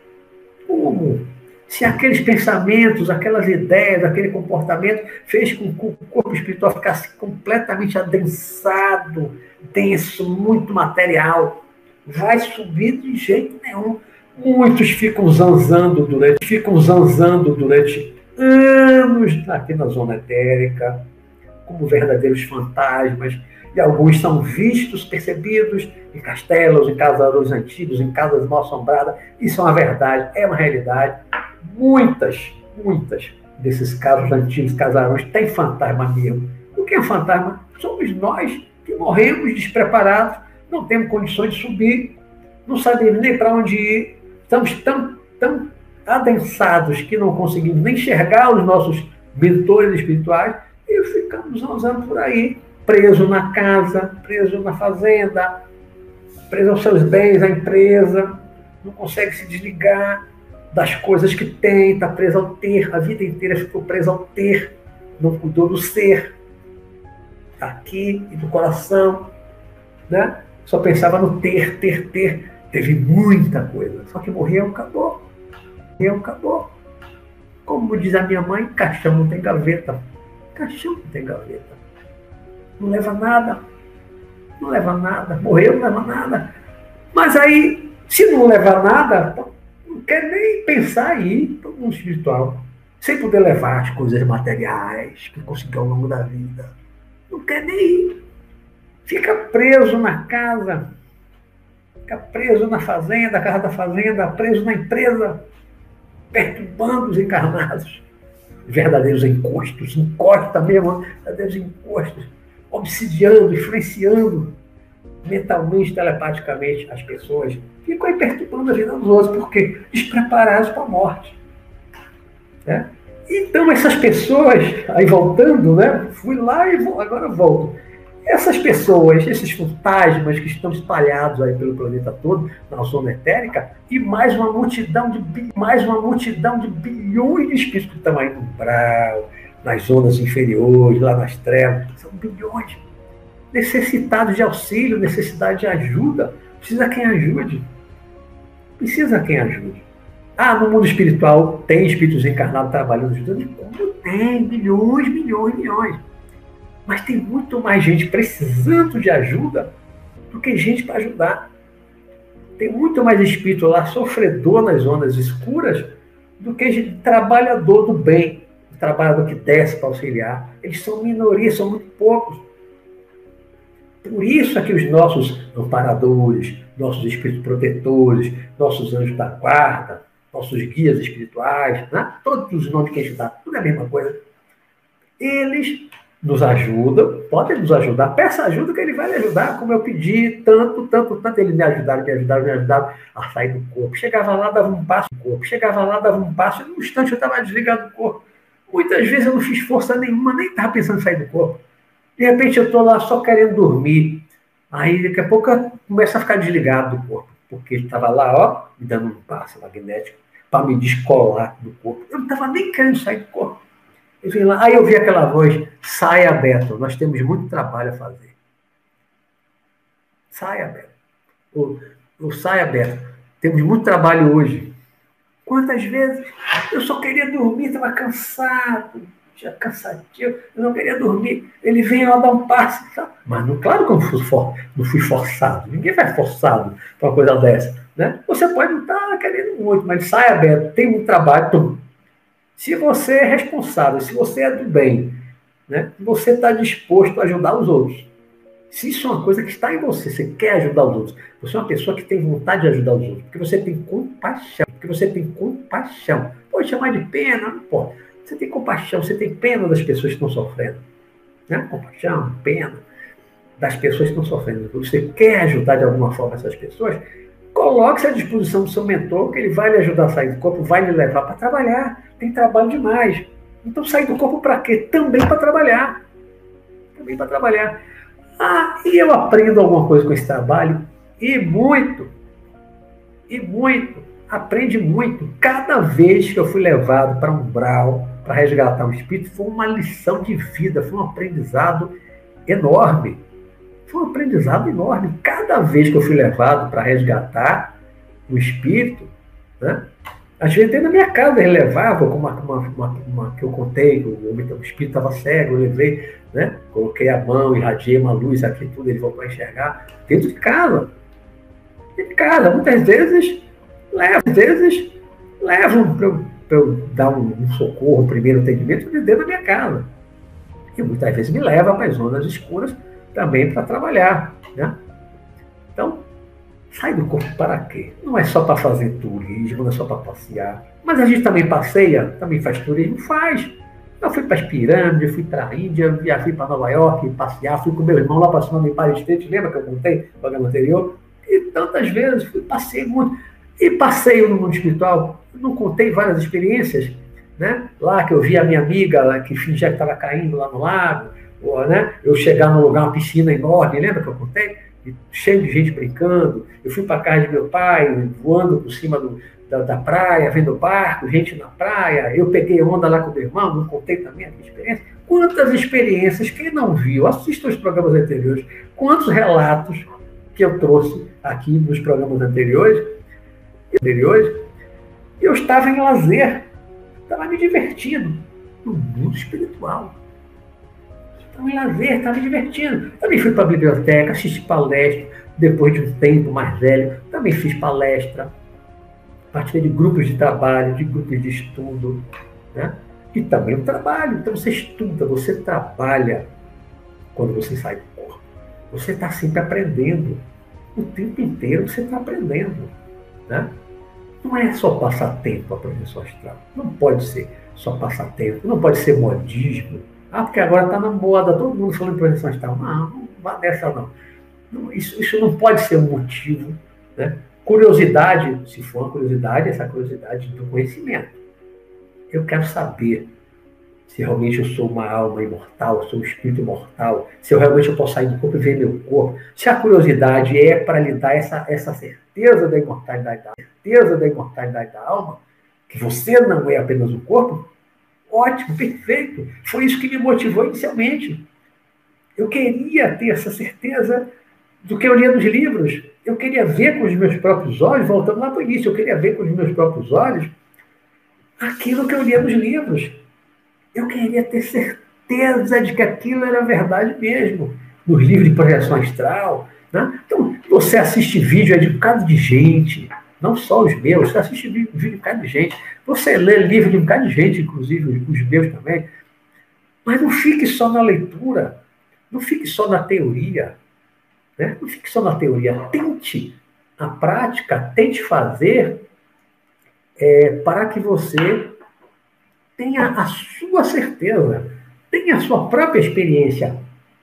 Speaker 1: Se aqueles pensamentos, aquelas ideias, aquele comportamento fez com que o corpo espiritual ficasse completamente adensado, denso, muito material, vai subir de jeito nenhum. Muitos ficam zanzando durante anos aqui na zona etérica, como verdadeiros fantasmas, e alguns são vistos, percebidos em castelos, em casarões antigos, em casas mal assombradas. Isso é uma verdade, é uma realidade. Muitas desses casos antigos, casarões, têm fantasma mesmo. O que é fantasma? Somos nós que morremos despreparados, não temos condições de subir, não sabemos nem para onde ir, estamos tão adensados que não conseguimos nem enxergar os nossos mentores espirituais e ficamos usando por aí, preso na casa, preso na fazenda, preso aos seus bens, à empresa, não consegue se desligar das coisas que tem, está preso ao ter, a vida inteira ficou preso ao ter, não cuidou do ser, aqui e do coração, né? Só pensava no ter, ter, ter. Teve muita coisa, só que morreu, acabou. Morreu, acabou. Como diz a minha mãe, caixão não tem gaveta. Caixão não tem gaveta. Não leva nada. Não leva nada. Morreu, não leva nada. Mas aí, se não levar nada, não quer nem pensar em ir para o mundo espiritual. Sem poder levar as coisas materiais que conseguiu ao longo da vida. Não quer nem ir. Fica preso na casa. Fica preso na fazenda, casa da fazenda, preso na empresa, perturbando os encarnados. Verdadeiros encostos, encosta mesmo, verdadeiros encostos, obsidiando, influenciando mentalmente, telepaticamente as pessoas. Ficam aí perturbando a vida dos outros, porque despreparados para a morte. Né? Então, essas pessoas, aí voltando, né? Fui lá e agora volto. Essas pessoas, esses fantasmas que estão espalhados aí pelo planeta todo, na zona etérica, e mais uma multidão de bilhões de espíritos que estão aí no umbral, nas zonas inferiores, lá nas trevas, são bilhões, necessitados de auxílio, necessidade de ajuda, precisa quem ajude. Precisa quem ajude. Ah, no mundo espiritual tem espíritos encarnados trabalhando, ajudando? Como tem? Milhões. Mas tem muito mais gente precisando de ajuda do que gente para ajudar. Tem muito mais espírito lá sofredor nas zonas escuras do que gente trabalhador do bem, trabalhador que desce para auxiliar. Eles são minoria, são muito poucos. Por isso é que os nossos amparadores, nossos espíritos protetores, nossos anjos da guarda, nossos guias espirituais, né? Todos os nomes que a gente dá, tudo é a mesma coisa. Eles nos ajudam, podem nos ajudar, peça ajuda que ele vai lhe ajudar, como eu pedi, tanto, eles me ajudaram a sair do corpo. Chegava lá, dava um passo no corpo, e num instante eu estava desligado do corpo. Muitas vezes eu não fiz força nenhuma, nem estava pensando em sair do corpo. De repente eu estou lá só querendo dormir, aí daqui a pouco eu começo a ficar desligado do corpo, porque ele estava lá, ó, me dando um passo magnético para me descolar do corpo. Eu não estava nem querendo sair do corpo. Eu vim lá, aí eu vi aquela voz, saia, Beto, nós temos muito trabalho a fazer. Saia, Beto. Saia, Beto, temos muito trabalho hoje. Quantas vezes eu só queria dormir, estava cansado, já cansativo, eu não queria dormir. Ele vem lá dar um passe, sabe? Mas não, claro que eu não fui forçado, ninguém vai forçado para uma coisa dessa. Né? Você pode não estar querendo muito, mas saia, Beto, tem um trabalho. Se você é responsável, se você é do bem, né, você está disposto a ajudar os outros. Se isso é uma coisa que está em você, você quer ajudar os outros, você é uma pessoa que tem vontade de ajudar os outros, porque você tem compaixão. Pode chamar de pena, não pode. Você tem compaixão, você tem pena das pessoas que estão sofrendo. Né? Compaixão, pena das pessoas que estão sofrendo. Você quer ajudar de alguma forma essas pessoas, coloque-se à disposição do seu mentor, que ele vai lhe ajudar a sair do corpo, vai lhe levar para trabalhar. Tem trabalho demais. Então, sair do corpo para quê? Também para trabalhar. Ah, e eu aprendo alguma coisa com esse trabalho? E muito. Aprende muito. Cada vez que eu fui levado para um umbral, para resgatar um espírito, foi uma lição de vida, foi um aprendizado enorme. Cada vez que eu fui levado para resgatar um espírito, né? Às vezes até na minha casa ele levava, como uma que eu contei, que o espírito estava cego, eu levei, né? Coloquei a mão, irradiei uma luz aqui, tudo, ele voltou a enxergar, dentro de casa. Muitas vezes levam para eu dar um socorro, um primeiro atendimento, dentro da minha casa. E muitas vezes me leva para as zonas escuras também para trabalhar. Né? Então, sai do corpo para quê? Não é só para fazer turismo, não é só para passear. Mas a gente também passeia, também faz turismo? Faz. Eu fui para as pirâmides, fui para a Índia, já fui para Nova York passear, fui com meu irmão lá para cima do Empire State, lembra que eu contei no programa anterior? E tantas vezes, passei muito. E passeio no mundo espiritual, não contei várias experiências, né? Lá que eu vi a minha amiga, que fingia que estava caindo lá no lago, né? Eu chegar num lugar, uma piscina enorme, lembra que eu contei? Cheio de gente brincando. Eu fui para a casa de meu pai, voando por cima da praia, vendo barco, gente na praia. Eu peguei onda lá com o meu irmão, não contei também a minha experiência. Quantas experiências, quem não viu, assista os programas anteriores, quantos relatos que eu trouxe aqui nos programas anteriores, eu estava em lazer, estava me divertindo no mundo espiritual. Estava em lazer, estava me divertindo. Também fui para a biblioteca, assisti palestra, depois de um tempo mais velho, também fiz palestra, participei de grupos de trabalho, de grupos de estudo, né? E também o trabalho. Então você estuda, você trabalha quando você sai do corpo. Você está sempre aprendendo. O tempo inteiro você está aprendendo, né? Não é só passatempo a projeção astral. Não pode ser só passatempo, não pode ser modismo. Porque agora está na moda, todo mundo falando de projeção astral. Não vá nessa não. Isso não pode ser um motivo, né? Curiosidade, se for uma curiosidade, essa curiosidade do conhecimento. Eu quero saber se realmente eu sou uma alma imortal, sou um espírito imortal, se eu realmente posso sair do corpo e ver meu corpo. Se a curiosidade é para lhe dar essa certeza da imortalidade da alma, que você não é apenas o corpo, ótimo, perfeito. Foi isso que me motivou inicialmente. Eu queria ter essa certeza do que eu lia nos livros. Eu queria ver com os meus próprios olhos, voltando lá para o início, eu queria ver com os meus próprios olhos aquilo que eu lia nos livros. Eu queria ter certeza de que aquilo era verdade mesmo, nos livros de projeção astral, né? Então, você assiste vídeo de um bocado de gente, não só os meus, você assiste vídeo de um bocado de gente, você lê livro de um bocado de gente, inclusive os meus também, mas não fique só na leitura, não fique só na teoria, né? Não fique só na teoria, tente a prática, tente fazer para que você tenha a sua certeza, tenha a sua própria experiência.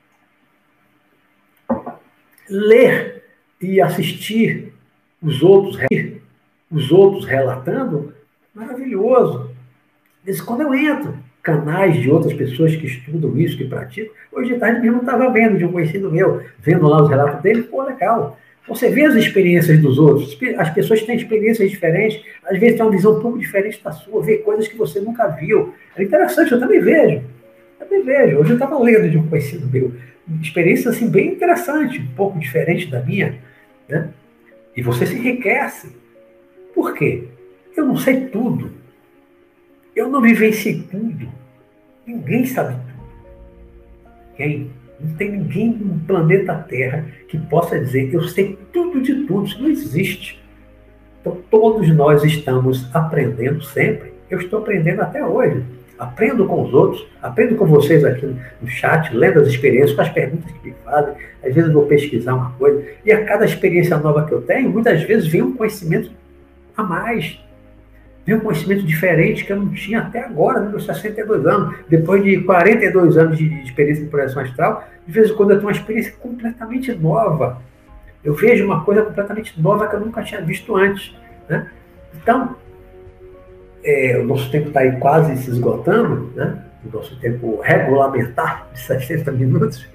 Speaker 1: Ler e assistir os outros relatando, maravilhoso. Mas quando eu entro, canais de outras pessoas que estudam isso, que praticam, hoje de tarde mesmo estava vendo de um conhecido meu, vendo lá os relatos dele, pô, legal. Você vê as experiências dos outros, as pessoas têm experiências diferentes, às vezes têm uma visão um pouco diferente da sua, vê coisas que você nunca viu. É interessante, eu também vejo. Hoje eu estava lendo de um conhecido meu, experiência assim, bem interessante, um pouco diferente da minha, né? E você se enriquece. Por quê? Eu não sei tudo. Eu não vivenciei tudo. Ninguém sabe tudo. Não tem ninguém no planeta Terra que possa dizer eu sei tudo de tudo. Isso não existe. Então, todos nós estamos aprendendo sempre. Eu estou aprendendo até hoje. Aprendo com os outros, aprendo com vocês aqui no chat, lendo as experiências, com as perguntas que me fazem. Às vezes eu vou pesquisar uma coisa. E a cada experiência nova que eu tenho, muitas vezes vem um conhecimento a mais. Vem um conhecimento diferente que eu não tinha até agora, nos meus 62 anos. Depois de 42 anos de experiência de projeção astral, de vez em quando eu tenho uma experiência completamente nova. Eu vejo uma coisa completamente nova que eu nunca tinha visto antes, né? Então, o nosso tempo está aí quase se esgotando, né? O nosso tempo regulamentar de 60 minutos.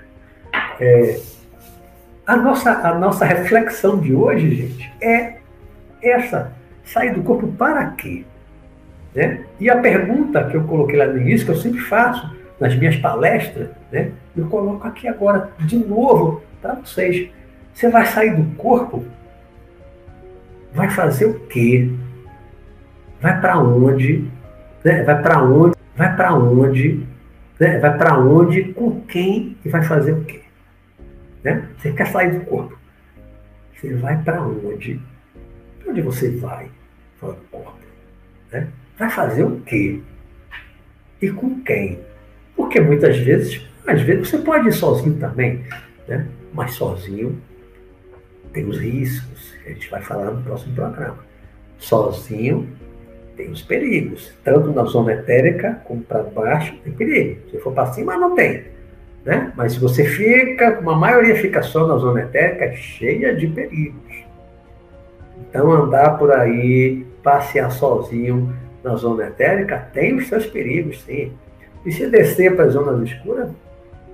Speaker 1: A nossa reflexão de hoje, gente, é essa. Sair do corpo para quê? Né? E a pergunta que eu coloquei lá no início, que eu sempre faço nas minhas palestras, né? Eu coloco aqui agora de novo para vocês. Você vai sair do corpo? Vai fazer o quê? Vai para onde? Né? Vai para onde? Vai para onde? Né? Vai para onde? Com quem? E vai fazer o quê? Né? Você quer sair do corpo? Você vai para onde? Para onde você vai? Fora do corpo. Né? Vai fazer o quê? E com quem? Porque muitas vezes, às vezes você pode ir sozinho também, né? Mas sozinho tem os riscos, que a gente vai falar no próximo programa. Sozinho tem os perigos, tanto na zona etérica como para baixo tem perigo. Se for para cima, não tem. Né? Mas se você fica, uma maioria fica só na zona etérica, cheia de perigos. Então, andar por aí, passear sozinho na zona etérica, tem os seus perigos, sim. E se descer para as zonas escuras,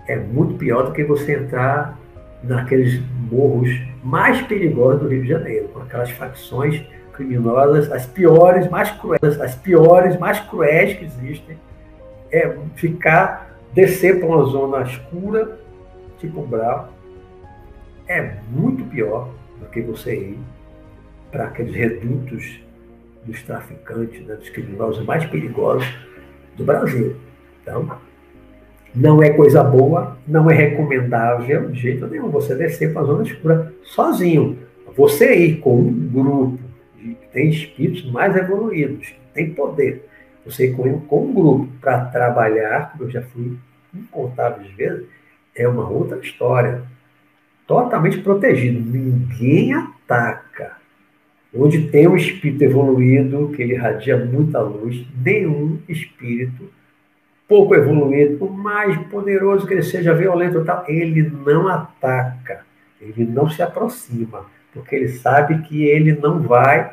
Speaker 1: é muito pior do que você entrar naqueles morros mais perigosos do Rio de Janeiro, com aquelas facções criminosas, as piores, mais cruéis que existem. É descer para uma zona escura, tipo Umbral, é muito pior do que você ir para aqueles redutos dos traficantes, né, dos criminosos mais perigosos do Brasil. Então, não é coisa boa, não é recomendável de jeito nenhum você descer para a zona escura sozinho. Você ir com um grupo que tem espíritos mais evoluídos, que tem poder, você ir com um grupo para trabalhar, como eu já fui incontáveis vezes, é uma outra história. Totalmente protegido. Ninguém ataca. Onde tem um espírito evoluído, que ele irradia muita luz, nenhum espírito pouco evoluído, por mais poderoso que ele seja, violento e tal, ele não ataca, ele não se aproxima, porque ele sabe que ele não vai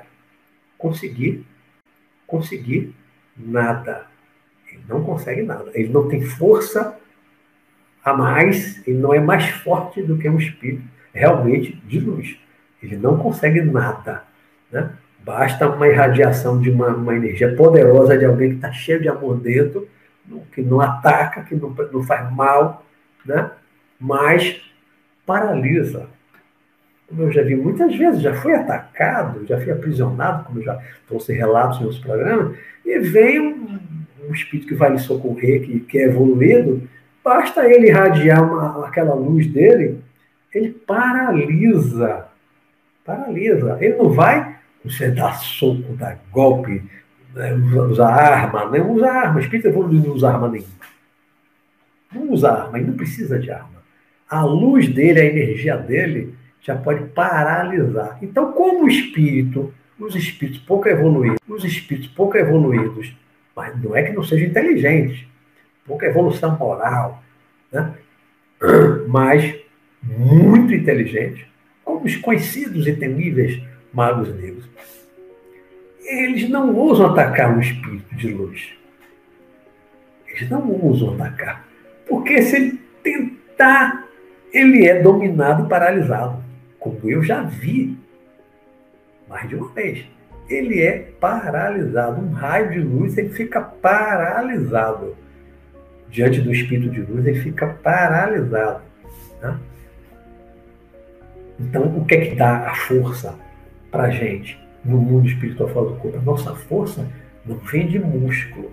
Speaker 1: conseguir nada. Ele não consegue nada. Ele não tem força a mais, ele não é mais forte do que um espírito realmente de luz. Ele não consegue nada, né? Basta uma irradiação de uma energia poderosa de alguém que está cheio de amor dentro, que não ataca, que não faz mal, né? Mas paralisa. Como eu já vi muitas vezes, já fui atacado, já fui aprisionado, como eu já trouxe relatos nos programas, e vem um espírito que vai lhe socorrer, que é evoluído, basta ele irradiar aquela luz dele, ele paralisa. Paralisa. Ele não vai você dar soco, dar golpe, né, usar arma, não usa arma. O espírito evoluído não usa arma nenhuma. Não usa arma, ele não precisa de arma. A luz dele, a energia dele, já pode paralisar. Então, como os espíritos pouco evoluídos, mas não é que não sejam inteligentes, pouca evolução moral, né? Mas muito inteligentes, como os conhecidos e temíveis magos negros, eles não ousam atacar um espírito de luz. Eles não ousam atacar. Porque se ele tentar, ele é dominado e paralisado. Como eu já vi mais de uma vez. Ele é paralisado. Um raio de luz, ele fica paralisado. Diante do espírito de luz, ele fica paralisado. Né? Então, o que é que dá a força para a gente no mundo espiritual fora do corpo? A nossa força não vem de músculo.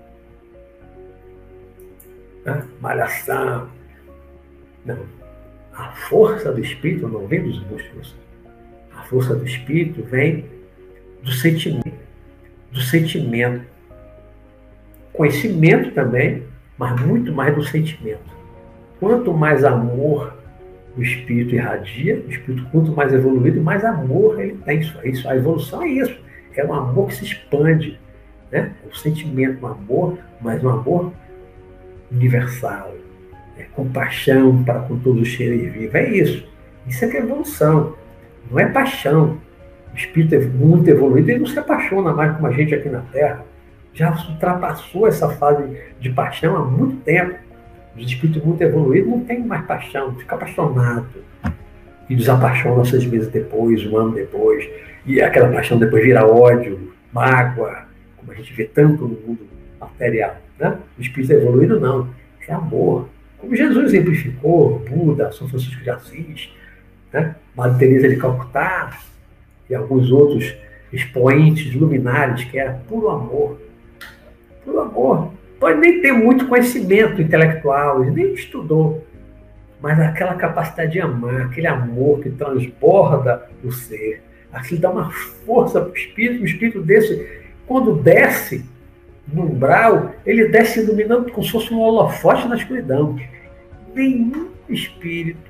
Speaker 1: Né? Malhação. Não. A força do espírito não vem dos músculos. A força do espírito vem do sentimento. Do sentimento. Conhecimento também, mas muito mais do sentimento. Quanto mais amor o espírito irradia, o espírito quanto mais evoluído, mais amor ele tem. Isso, a evolução é isso. É um amor que se expande. Né? O sentimento, um amor, mas um amor universal. Compaixão para com todos os seres vivos. É isso. Isso é que é evolução. Não é paixão. O espírito é muito evoluído, ele não se apaixona mais como a gente aqui na Terra. Já ultrapassou essa fase de paixão há muito tempo. Os espíritos muito evoluídos não têm mais paixão, fica apaixonado. E desapaixona 6 meses depois, 1 ano depois. E aquela paixão depois vira ódio, mágoa, como a gente vê tanto no mundo material. Né? O espírito evoluído não, é amor. Como Jesus exemplificou, Buda, São Francisco de Assis, né? Madre Teresa de Calcutá e alguns outros expoentes luminares, que era puro amor. Puro amor. Pode nem ter muito conhecimento intelectual, ele nem estudou, mas aquela capacidade de amar, aquele amor que transborda o ser, aquilo dá uma força para o espírito desse, quando desce no umbral, ele desce iluminando como se fosse um holofote na escuridão. Nenhum espírito,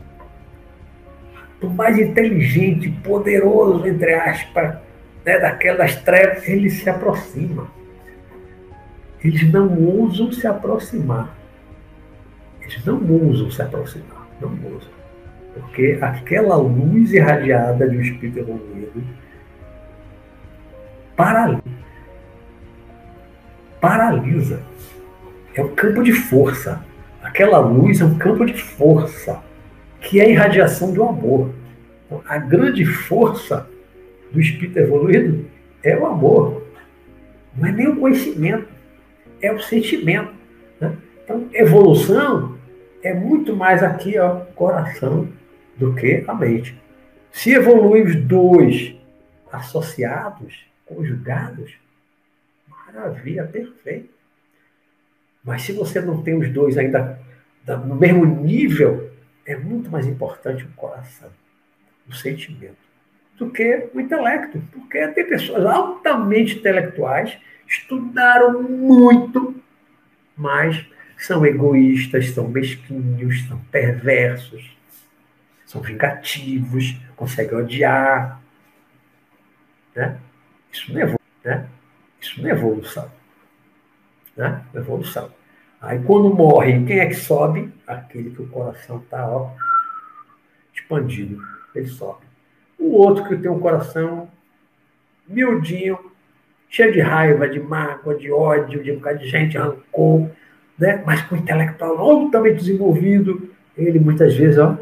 Speaker 1: por mais inteligente, poderoso, entre aspas, né, daquelas trevas, ele se aproxima. Eles não ousam se aproximar. Eles não ousam se aproximar. Não ousam. Porque aquela luz irradiada de um espírito evoluído paralisa. É um campo de força. Aquela luz é um campo de força, que é a irradiação do amor. Então, a grande força do espírito evoluído é o amor. Não é nem o conhecimento, é o sentimento. Né? Então, evolução é muito mais aqui, ó, coração, do que a mente. Se evoluem os dois associados, conjugados, maravilha, perfeito. Mas se você não tem os dois ainda no mesmo nível, é muito mais importante o coração, o sentimento, do que o intelecto. Porque tem pessoas altamente intelectuais, estudaram muito, mas são egoístas, são mesquinhos, são perversos, são vingativos, conseguem odiar. Né? Isso não é evolução. Né? Isso não é evolução. Né? Evolução. Aí quando morre, quem é que sobe? Aquele que o coração está expandido. Ele sobe. O outro que tem um coração miudinho, cheio de raiva, de mágoa, de ódio, de um bocado de gente, rancor, né? Mas com o intelectual altamente desenvolvido, ele muitas vezes, ó,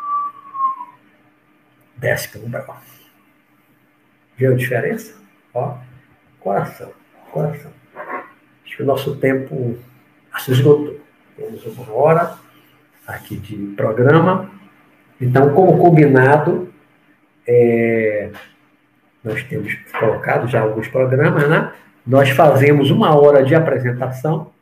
Speaker 1: desce pelo umbral. Viu a diferença? Ó, coração, coração. Acho que o nosso tempo se esgotou. Temos uma hora aqui de programa. Então, como combinado, nós temos colocado já alguns programas, né? Nós fazemos uma hora de apresentação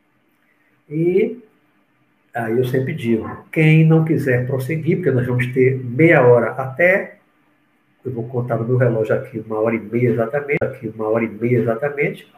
Speaker 1: e aí eu sempre digo, quem não quiser prosseguir, porque nós vamos ter meia hora até, eu vou contar no meu relógio aqui, uma hora e meia exatamente.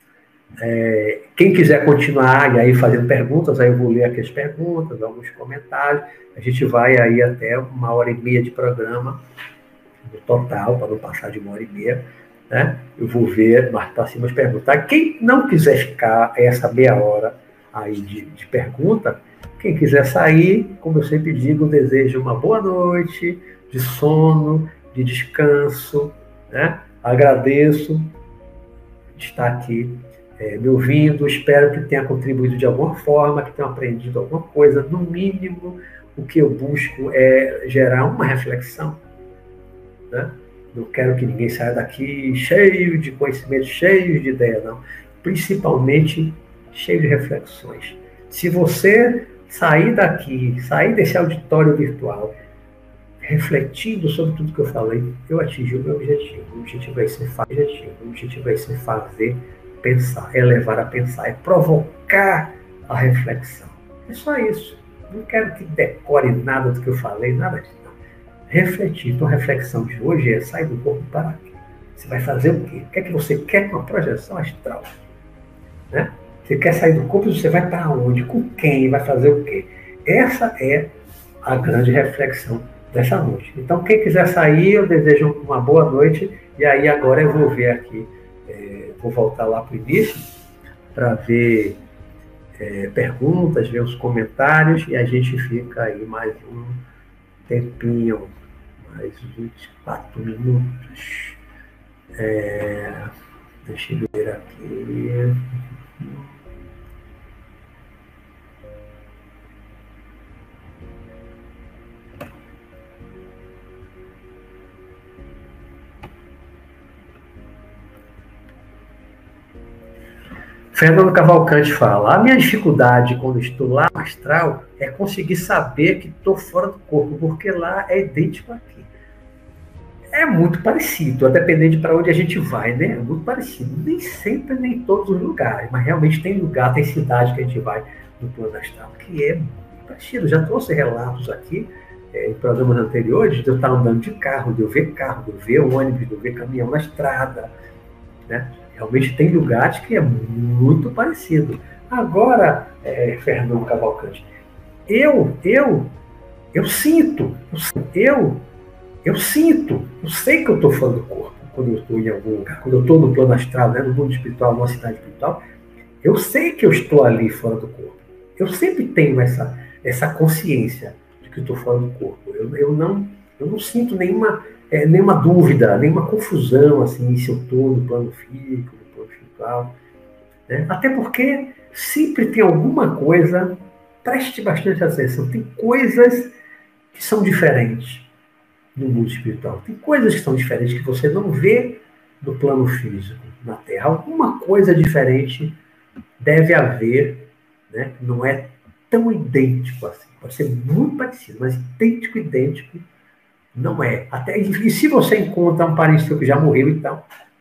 Speaker 1: Quem quiser continuar e aí fazendo perguntas, aí eu vou ler aqui as perguntas, alguns comentários, a gente vai aí até uma hora e meia de programa, no total, para não passar de uma hora e meia, né? Eu vou ver mais para cima as perguntas. Quem não quiser ficar essa meia hora aí de pergunta, quem quiser sair, como eu sempre digo, desejo uma boa noite, de sono, de descanso, né? Agradeço de estar aqui me ouvindo, espero que tenha contribuído de alguma forma, que tenha aprendido alguma coisa. No mínimo, o que eu busco é gerar uma reflexão. Né? Não quero que ninguém saia daqui cheio de conhecimento, cheio de ideia, não. Principalmente cheio de reflexões. Se você sair daqui, sair desse auditório virtual, refletindo sobre tudo que eu falei, eu atingi o meu objetivo. O objetivo vai ser fazer pensar, é levar a pensar, é provocar a reflexão. É só isso. Não quero que decore nada do que eu falei, nada disso. Refletir. Então, a reflexão de hoje é sair do corpo para aqui. Você vai fazer o quê? O que é que você quer com a projeção astral? Né? Você quer sair do corpo, você vai para onde? Com quem? Vai fazer o quê? Essa é a grande reflexão dessa noite. Então, quem quiser sair, eu desejo uma boa noite. E aí, agora eu vou ver aqui, vou voltar lá para o início, para ver perguntas, ver os comentários, e a gente fica aí mais um tempinho, mais 24 minutos. Deixa eu ver aqui. Fernando Cavalcante fala: a minha dificuldade quando estou lá no astral é conseguir saber que estou fora do corpo, porque lá é idêntico aqui. É muito parecido, a depender de para onde a gente vai, né? É muito parecido. Nem sempre, nem em todos os lugares, mas realmente tem lugar, tem cidade que a gente vai no plano astral, que é muito parecido. Já trouxe relatos aqui, em programas anteriores, de eu estar andando de carro, de eu ver ônibus, de eu ver caminhão na estrada, né? Realmente tem lugares que é muito parecido. Agora, Fernando Cavalcante, eu sinto, eu sei que eu estou fora do corpo quando eu estou em algum lugar, quando eu estou no plano astral, né, no mundo espiritual, numa cidade espiritual, eu sei que eu estou ali fora do corpo. Eu sempre tenho essa consciência de que eu estou fora do corpo. Eu não sinto nenhuma dúvida, nenhuma confusão, assim, se eu estou no plano físico, no plano espiritual. Né? Até porque sempre tem alguma coisa preste bastante atenção. Tem coisas que são diferentes no mundo espiritual. Tem coisas que são diferentes que você não vê no plano físico, na Terra. Alguma coisa diferente deve haver, né? Não é tão idêntico assim. Pode ser muito parecido, mas idêntico, não é. Até, e se você encontra um parente seu que já morreu, então,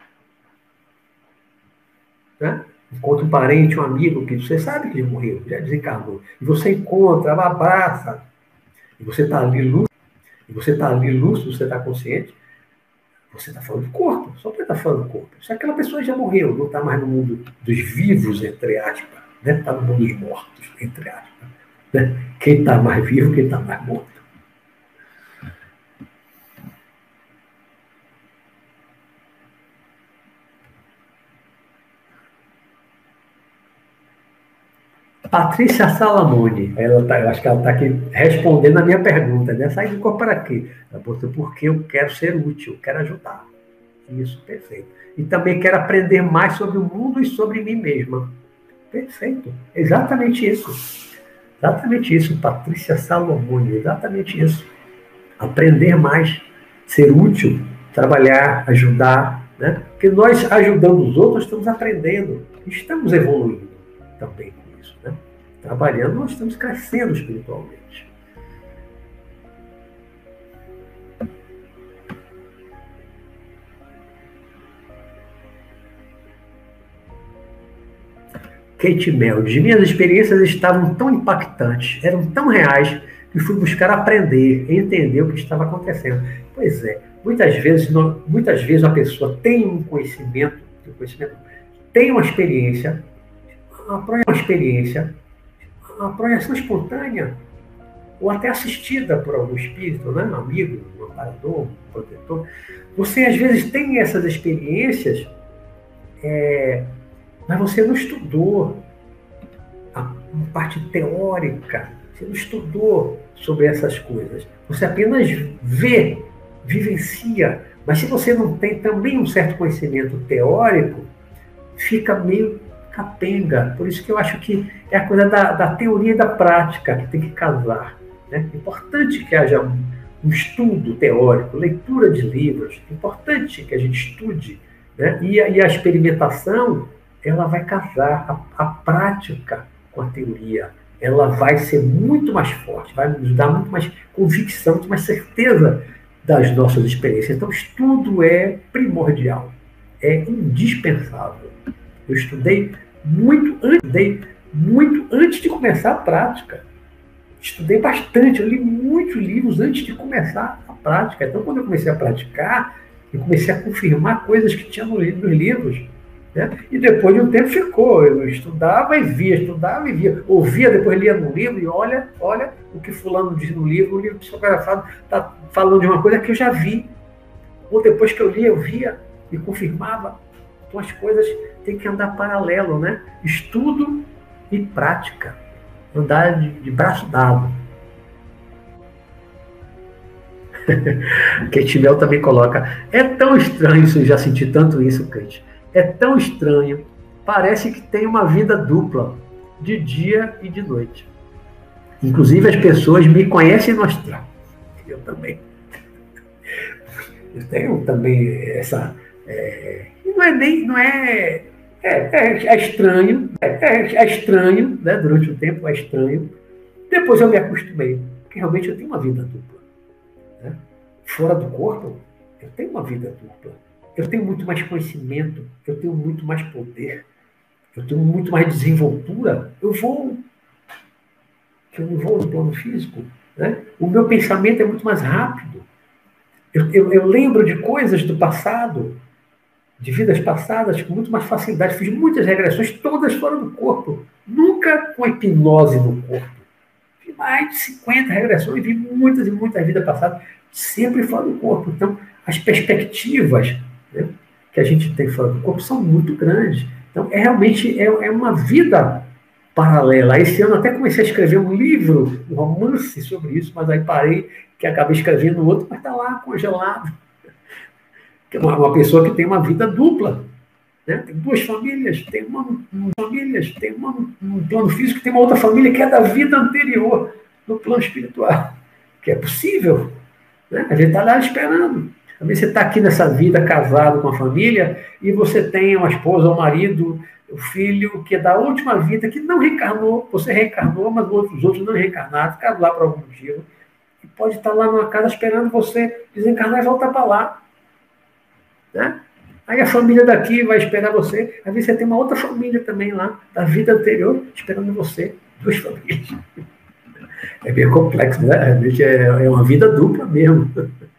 Speaker 1: né? Encontra um parente, um amigo que você sabe que ele morreu, já desencarnou, e você encontra, abraça, e você está ali lúcido, você está consciente, você está falando do corpo, só para estar falando do corpo. Se aquela pessoa já morreu, não está mais no mundo dos vivos, entre aspas, né? Está no mundo dos mortos, entre aspas. Né? Quem está mais vivo, quem está mais morto. Patrícia Salamone, eu acho que ela está aqui respondendo a minha pergunta, né? Sai do corpo para quê? Ela botou porque eu quero ser útil, eu quero ajudar. Isso, perfeito. E também quero aprender mais sobre o mundo e sobre mim mesma. Perfeito. Exatamente isso. Exatamente isso, Patrícia Salomone, exatamente isso. Aprender mais, ser útil, trabalhar, ajudar, né? Porque nós, ajudando os outros, estamos aprendendo, estamos evoluindo também com isso, né? Trabalhando, nós estamos crescendo espiritualmente. Kate Meld, minhas experiências estavam tão impactantes, eram tão reais, que fui buscar aprender, entender o que estava acontecendo. Pois é, muitas vezes a pessoa tem um conhecimento, tem uma experiência, uma projeção espontânea, ou até assistida por algum espírito, né? Um amigo, um amparador, um protetor. Você às vezes tem essas experiências, mas você não estudou a parte teórica, você não estudou sobre essas coisas. Você apenas vê, vivencia. Mas se você não tem também um certo conhecimento teórico, fica meio capenga. Por isso que eu acho que é a coisa da teoria e da prática que tem que casar. Né? É importante que haja um estudo teórico, leitura de livros. É importante que a gente estude. Né? E a experimentação, ela vai casar a prática com a teoria. Ela vai ser muito mais forte, vai nos dar muito mais convicção, muito mais certeza das nossas experiências. Então, estudo é primordial, é indispensável. Eu estudei muito antes de começar a prática. Estudei bastante, eu li muitos livros antes de começar a prática. Então, quando eu comecei a praticar, eu comecei a confirmar coisas que tinha nos livros. Né? E depois de um tempo ficou. Eu estudava e via. Ouvia, depois lia no livro e olha o que fulano diz no livro. O livro psicografado está falando de uma coisa que eu já vi. Ou depois que eu lia, eu via e confirmava. Então as coisas têm que andar paralelo, né? Estudo e prática. Andar de braço dado. Kate Mel também coloca, é tão estranho isso, eu já senti tanto isso, Kate. É tão estranho, parece que tem uma vida dupla, de dia e de noite. Inclusive as pessoas me conhecem no astral. Eu também. Eu tenho também essa... É estranho, né? Durante um tempo é estranho. Depois eu me acostumei, porque realmente eu tenho uma vida dupla. Né? Fora do corpo, eu tenho uma vida dupla. Eu tenho muito mais conhecimento, eu tenho muito mais poder, eu tenho muito mais desenvoltura. Eu não vou no plano físico. Né? O meu pensamento é muito mais rápido. Eu lembro de coisas do passado, de vidas passadas, com muito mais facilidade. Fiz muitas regressões, todas fora do corpo. Nunca com hipnose no corpo. Fiz mais de 50 regressões, vi muitas e muitas vidas passadas, sempre fora do corpo. Então, as perspectivas, né, que a gente tem fora do corpo são muito grandes. Então, realmente é uma vida paralela. Esse ano até comecei a escrever um livro, um romance sobre isso, mas aí parei, que acabei escrevendo outro, mas está lá congelado. Que é uma pessoa que tem uma vida dupla. Né? Tem duas famílias, tem um plano físico, tem uma outra família que é da vida anterior, no plano espiritual. Que é possível. Né? A gente está lá esperando. Às vezes você está aqui nessa vida casado com a família e você tem uma esposa, um marido, um filho que é da última vida, que não reencarnou, você reencarnou, mas os outros não reencarnaram, ficaram lá por algum motivo. E pode estar lá numa casa esperando você desencarnar e voltar para lá. Né? Aí a família daqui vai esperar você. Às vezes você tem uma outra família também lá, da vida anterior, esperando você. Duas famílias. É bem complexo, né? Realmente é uma vida dupla mesmo.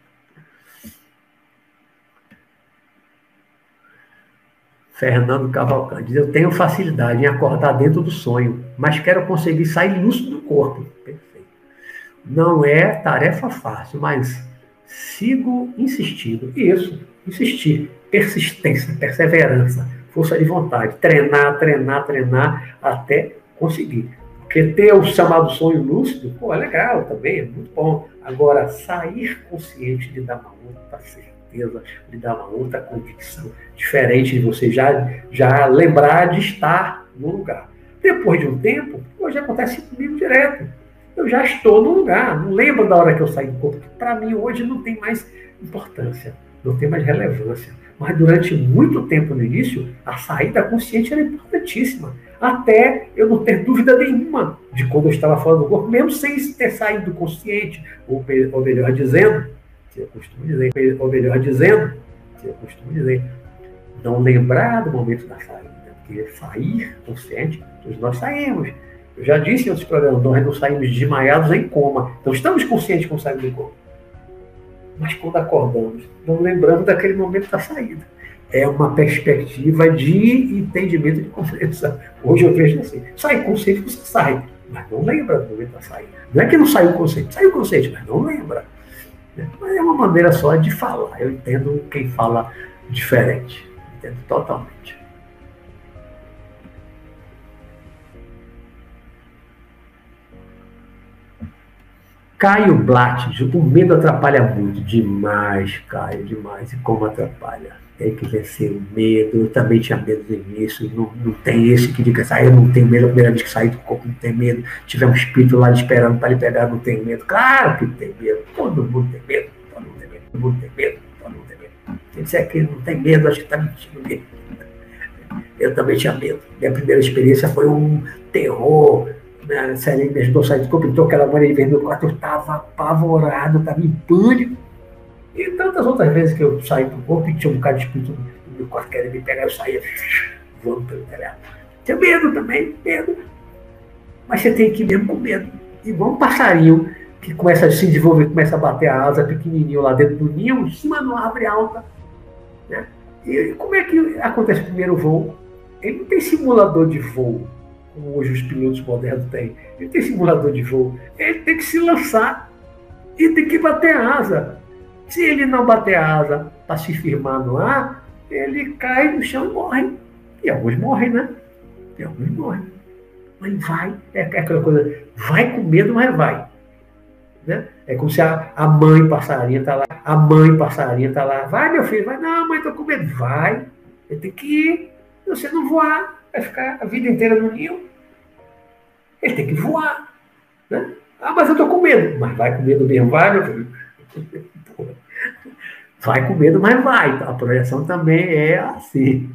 Speaker 1: Fernando Cavalcante diz: eu tenho facilidade em acordar dentro do sonho, mas quero conseguir sair lúcido do corpo. Perfeito. Não é tarefa fácil, mas sigo insistindo. Isso, insistir. Persistência, perseverança, força de vontade. Treinar, treinar, treinar até conseguir. Porque ter o chamado sonho lúcido, pô, é legal também, é muito bom. Agora, sair consciente de dar uma outra certeza, de dar uma outra convicção, diferente de você já lembrar de estar no lugar. Depois de um tempo, hoje acontece comigo direto. Eu já estou no lugar, não lembro da hora que eu saí do corpo, que para mim hoje não tem mais importância, não tem mais relevância. Mas durante muito tempo no início, a saída consciente era importantíssima. Até eu não ter dúvida nenhuma de quando eu estava fora do corpo, mesmo sem ter saído consciente, ou melhor dizendo, que eu costumo dizer, não lembrar do momento da saída, porque sair consciente, todos nós saímos. Eu já disse em outros programas, nós não saímos desmaiados em coma, então estamos conscientes com saímos do corpo. Mas quando acordamos, não lembramos daquele momento da saída. É uma perspectiva de entendimento de compreensão. Hoje eu vejo assim, sai consciente, você sai, mas não lembra do momento da saída. Não é que não saiu consciente, saiu consciente, mas não lembra. Mas é uma maneira só de falar. Eu entendo quem fala diferente. Entendo totalmente. Caio Blatt, o medo atrapalha muito. Demais, Caio, demais. E como atrapalha? Tem que vencer o medo. Eu também tinha medo do início. Não tem esse que diga assim, eu não tenho medo. A primeira vez que saí do corpo, não tem medo. Tiver um espírito lá esperando para lhe pegar, não tem medo. Claro que tem medo. Todo mundo tem medo. Todo mundo tem medo. Todo mundo tem medo. Todo mundo tem medo. Quem disser que não tem medo, acho que está mentindo mesmo. Eu também tinha medo. Minha primeira experiência foi um terror. A Celine me ajudou a sair do corpo, então aquela manhã de ver meu quarto, eu estava apavorado, estava em pânico. E tantas outras vezes que eu saí do corpo e tinha um bocado de espírito no meu quarto querendo me pegar, eu saía voando pelo telhado. Tinha medo também, medo. Mas você tem que ir mesmo com medo. Igual um passarinho que começa a se desenvolver, começa a bater a asa pequenininho lá dentro do ninho, em cima de uma árvore alta. Né? E como é que acontece o primeiro voo? Ele não tem simulador de voo, como hoje os pilotos modernos têm. Ele tem simulador de voo. Ele tem que se lançar e tem que bater a asa. Se ele não bater a asa para se firmar no ar, ele cai no chão e morre. E alguns morrem, né? E alguns morrem. Mas vai. É aquela coisa, vai com medo, mas vai. Né? É como se a mãe passarinha está lá. A mãe passarinha está lá. Vai, meu filho, vai. Não, mãe, estou com medo. Vai. Ele tem que ir. Se você não voar, vai ficar a vida inteira no ninho. Ele tem que voar. Né? Ah, mas eu estou com medo. Mas vai com medo mesmo, vai, meu filho. Vai com medo, mas vai. A projeção também é assim.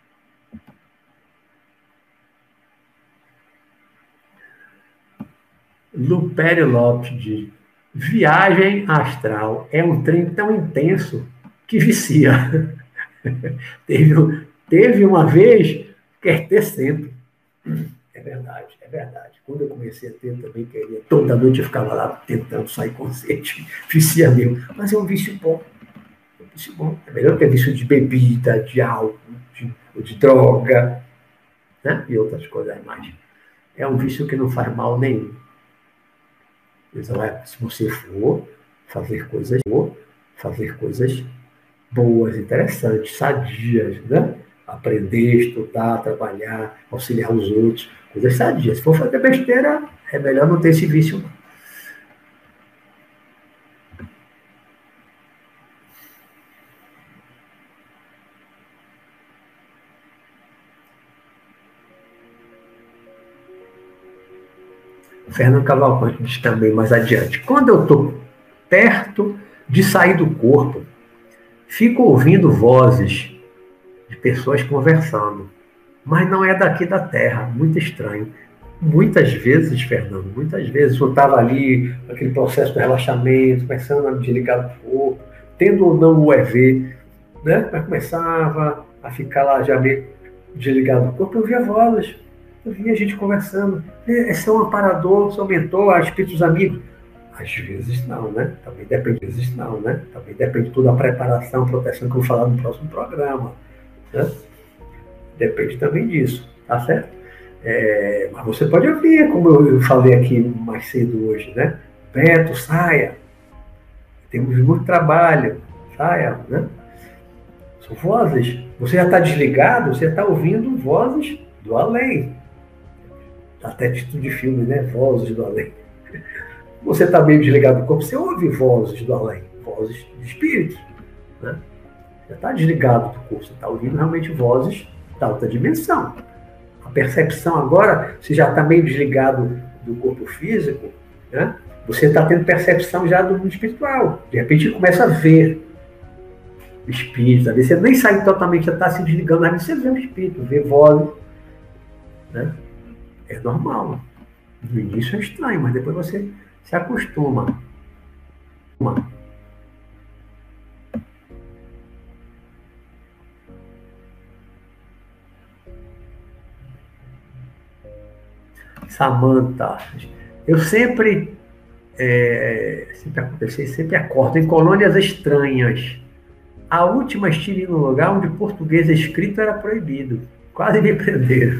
Speaker 1: Lupério Lopes diz: viagem astral é um trem tão intenso que vicia. teve uma vez, quer ter sempre. É verdade, é verdade. Quando eu comecei a ter, também queria. Toda noite eu ficava lá tentando sair consciente. Vicia mesmo. Mas é um vício bom. É um vício bom. É melhor que vício de bebida, de álcool, de droga, né? E outras coisas mais. É um vício que não faz mal nenhum. Então, se você for fazer coisas boas, interessantes, sadias, né? Aprender, estudar, trabalhar, auxiliar os outros, coisas sadias. Se for fazer besteira, é melhor não ter esse vício. Fernando Cavalcante diz também mais adiante: quando eu estou perto de sair do corpo, fico ouvindo vozes de pessoas conversando, mas não é daqui da Terra, muito estranho. Muitas vezes, Fernando, muitas vezes eu estava ali, aquele processo de relaxamento, começando a me desligar do corpo, tendo ou não o EV, né? Mas começava a ficar lá já meio desligado do corpo, eu via vozes, eu via gente conversando. Esse é um amparador, seu mentor, espíritos amigos. Às vezes não, né? Também depende, às vezes não, né? Também depende de toda a preparação, proteção que eu vou falar no próximo programa, né? Depende também disso, tá certo? Mas você pode ouvir, como eu falei aqui mais cedo hoje, né? Beto, saia, temos muito trabalho, saia, né? São vozes. Você já está desligado, você está ouvindo vozes do além. Até título de filme, né? Vozes do além. Você está meio desligado do corpo, você ouve vozes do além, vozes de espíritos, né? Você está desligado do corpo, você está ouvindo realmente vozes da alta dimensão. A percepção agora, você já está meio desligado do corpo físico, né? Você está tendo percepção já do mundo espiritual. De repente, começa a ver espíritos. Às vezes você nem sai totalmente, já está se desligando, às vezes você vê o espírito, vê vozes, né? É normal. No início é estranho, mas depois você se acostuma. Samantha, eu sempre aconteceu, sempre acordo em colônias estranhas. A última estive em um lugar onde português escrito era proibido. Quase me prenderam.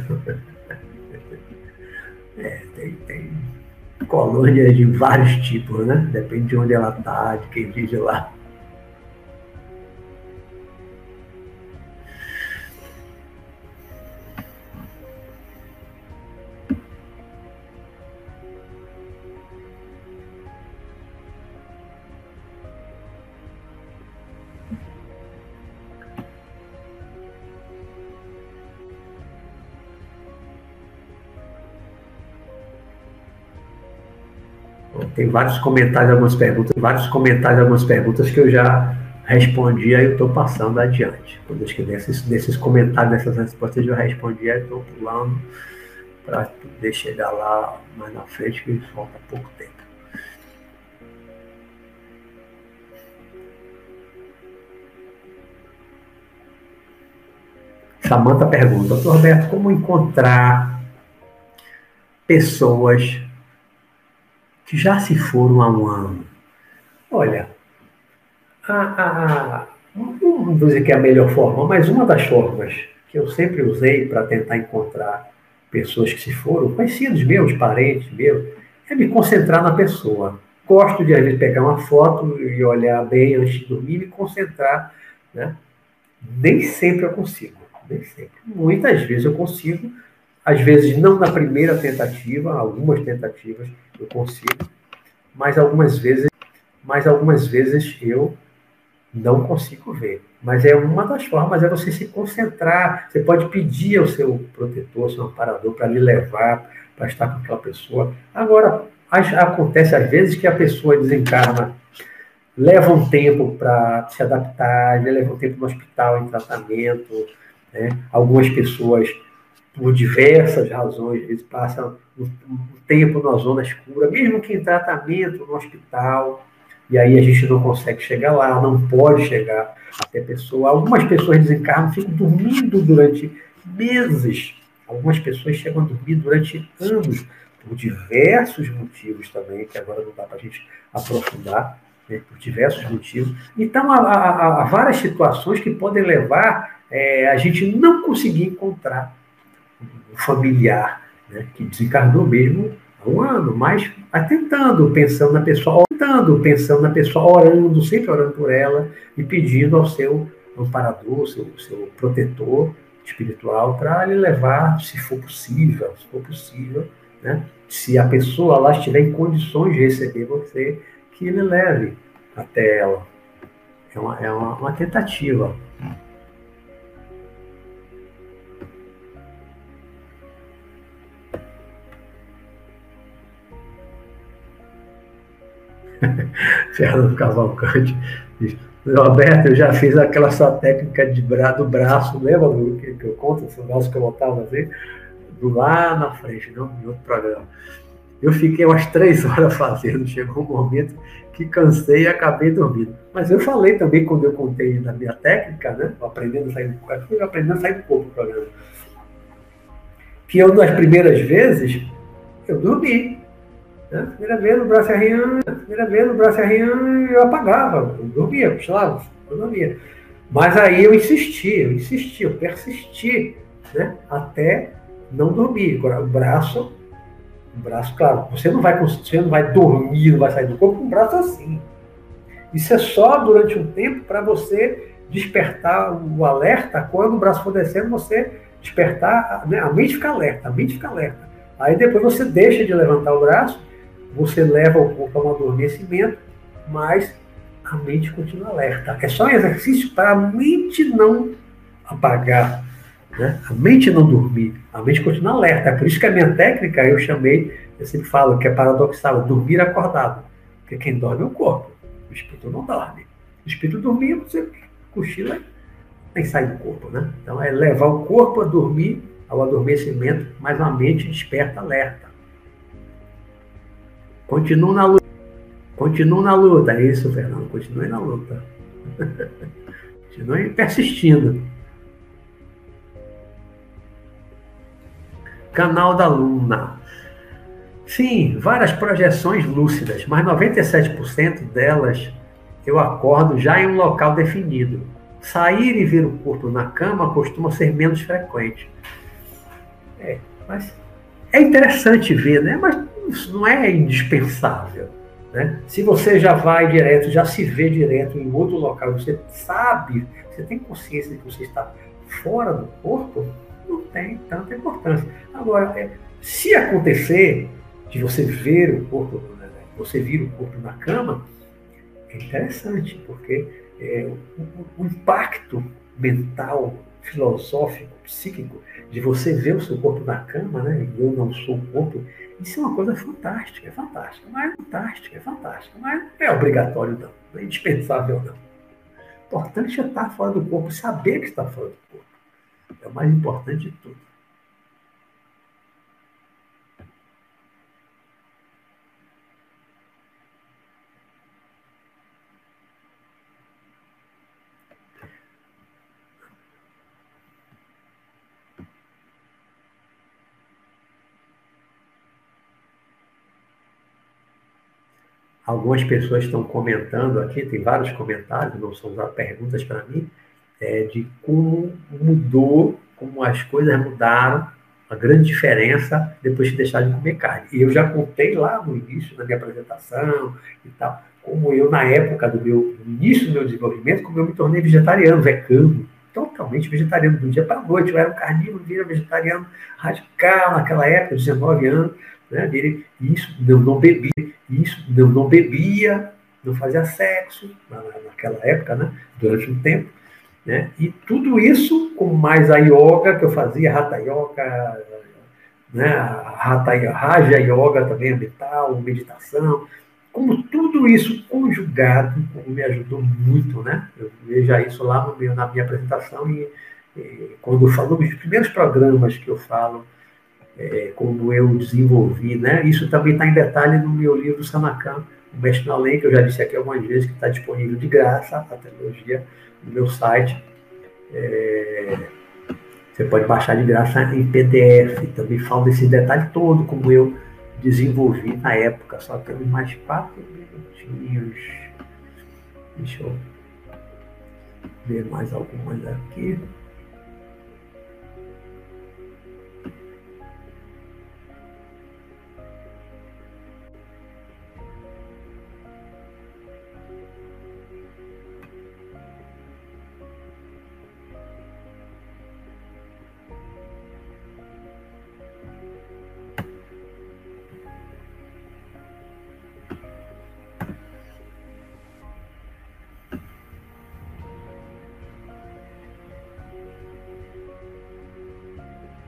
Speaker 1: Tem colônias de vários tipos, né? Depende de onde ela está, de quem vive lá. Tem vários comentários que eu já respondi, aí eu estou passando adiante. Quando eu escrevi nesses comentários, nessas respostas, eu respondi, aí estou pulando para poder chegar lá mais na frente, que falta pouco tempo. Samanta pergunta: doutor Roberto, como encontrar pessoas que já se foram há um ano? Olha, não vou dizer que é a melhor forma, mas uma das formas que eu sempre usei para tentar encontrar pessoas que se foram, conhecidos meus, parentes meus, é me concentrar na pessoa. Gosto de, às vezes, pegar uma foto e olhar bem antes de dormir e me concentrar, né? Nem sempre eu consigo, nem sempre. Muitas vezes eu consigo, às vezes não na primeira tentativa, algumas tentativas eu consigo, mas algumas vezes eu não consigo ver. Mas é uma das formas, é você se concentrar. Você pode pedir ao seu protetor, seu amparador, para lhe levar, para estar com aquela pessoa. Agora, acontece às vezes que a pessoa desencarna, leva um tempo para se adaptar, leva um tempo no hospital em tratamento, né? Algumas pessoas, por diversas razões, às vezes passam um tempo numa zona escura, mesmo que em tratamento no hospital, e aí a gente não consegue chegar lá, não pode chegar até a pessoa. Algumas pessoas desencarnam, ficam dormindo durante meses. Algumas pessoas chegam a dormir durante anos, por diversos motivos também, que agora não dá para a gente aprofundar, né, por diversos motivos. Então, há várias situações que podem levar a gente não conseguir encontrar um familiar, né, que desencarnou mesmo há um ano, mas tentando, pensando na pessoa, orando, sempre orando por ela e pedindo ao seu amparador, seu protetor espiritual para lhe levar, se for possível, né, se a pessoa lá estiver em condições de receber você, que ele leve até ela. É uma tentativa. Fernando Cavalcante diz, Roberto, eu já fiz aquela sua técnica do braço, lembra do que eu conto, esse braço que eu botava assim, do lá na frente, não, em outro programa. Eu fiquei umas 3 horas fazendo, chegou um momento que cansei e acabei dormindo. Mas eu falei também, quando eu contei da minha técnica, né, aprendendo a sair do corpo, fui aprendendo a sair do corpo do programa, que eu, nas primeiras vezes, eu dormi. Né? Primeira vez, o braço arriando, eu apagava, eu dormia, cochilava, eu dormia. Mas aí eu persisti, né? Até não dormir. Agora, o braço, claro, você não vai dormir, não vai sair do corpo com o braço assim. Isso é só durante um tempo para você despertar o alerta. Quando o braço for descendo, você despertar, né? A mente fica alerta, a mente fica alerta. Aí depois você deixa de levantar o braço, você leva o corpo a um adormecimento, mas a mente continua alerta. É só um exercício para a mente não apagar, né? A mente não dormir, a mente continua alerta. É por isso que a minha técnica eu sempre falo que é paradoxal, dormir acordado. Porque quem dorme é o corpo, o espírito não dorme. O espírito dormir, você cochila e sai do corpo, né? Então é levar o corpo a dormir, ao adormecimento, mas a mente desperta alerta. Continua na luta. Continua na luta. É isso, Fernando. Continue na luta. Continue persistindo. Canal da Luna. Sim, várias projeções lúcidas, mas 97% delas eu acordo já em um local definido. Sair e ver o corpo na cama costuma ser menos frequente. Mas é interessante ver, né? Mas isso não é indispensável. Né? Se você já vai direto, já se vê direto em outro local, você sabe, você tem consciência de que você está fora do corpo, não tem tanta importância. Agora, se acontecer de você ver o corpo, né, você vir o corpo na cama, é interessante, porque o impacto mental, filosófico, psíquico, de você ver o seu corpo na cama, né, e eu não sou o corpo, isso é uma coisa fantástica, mas não é obrigatório não, não é indispensável não. O importante é estar fora do corpo, saber que está fora do corpo. É o mais importante de tudo. Algumas pessoas estão comentando aqui, tem vários comentários, não são perguntas para mim, de como mudou, como as coisas mudaram, a grande diferença depois de deixar de comer carne. E eu já contei lá no início da minha apresentação e tal, como eu, na época do início do meu desenvolvimento, como eu me tornei vegetariano, vegano, totalmente vegetariano, do dia para a noite. Eu era um carnívoro, vira vegetariano radical naquela época, 19 anos, né? Isso, eu não bebia, isso, eu não bebia, não fazia sexo, naquela época, né? Durante um tempo. Né? E tudo isso com mais a yoga que eu fazia, Hatha Yoga, né? Raja Yoga também, mental, meditação, como tudo isso conjugado me ajudou muito, né? Eu vejo isso lá na minha apresentação e quando eu falo nos primeiros programas que eu falo, como eu desenvolvi, né? Isso também está em detalhe no meu livro Sanakan, o Mestre na Lei, que eu já disse aqui algumas vezes, que está disponível de graça, a trilogia, no meu site. Você pode baixar de graça em PDF. Também falo desse detalhe todo, como eu desenvolvi na época. Só temos mais 4 minutinhos. Deixa eu ver mais algumas aqui.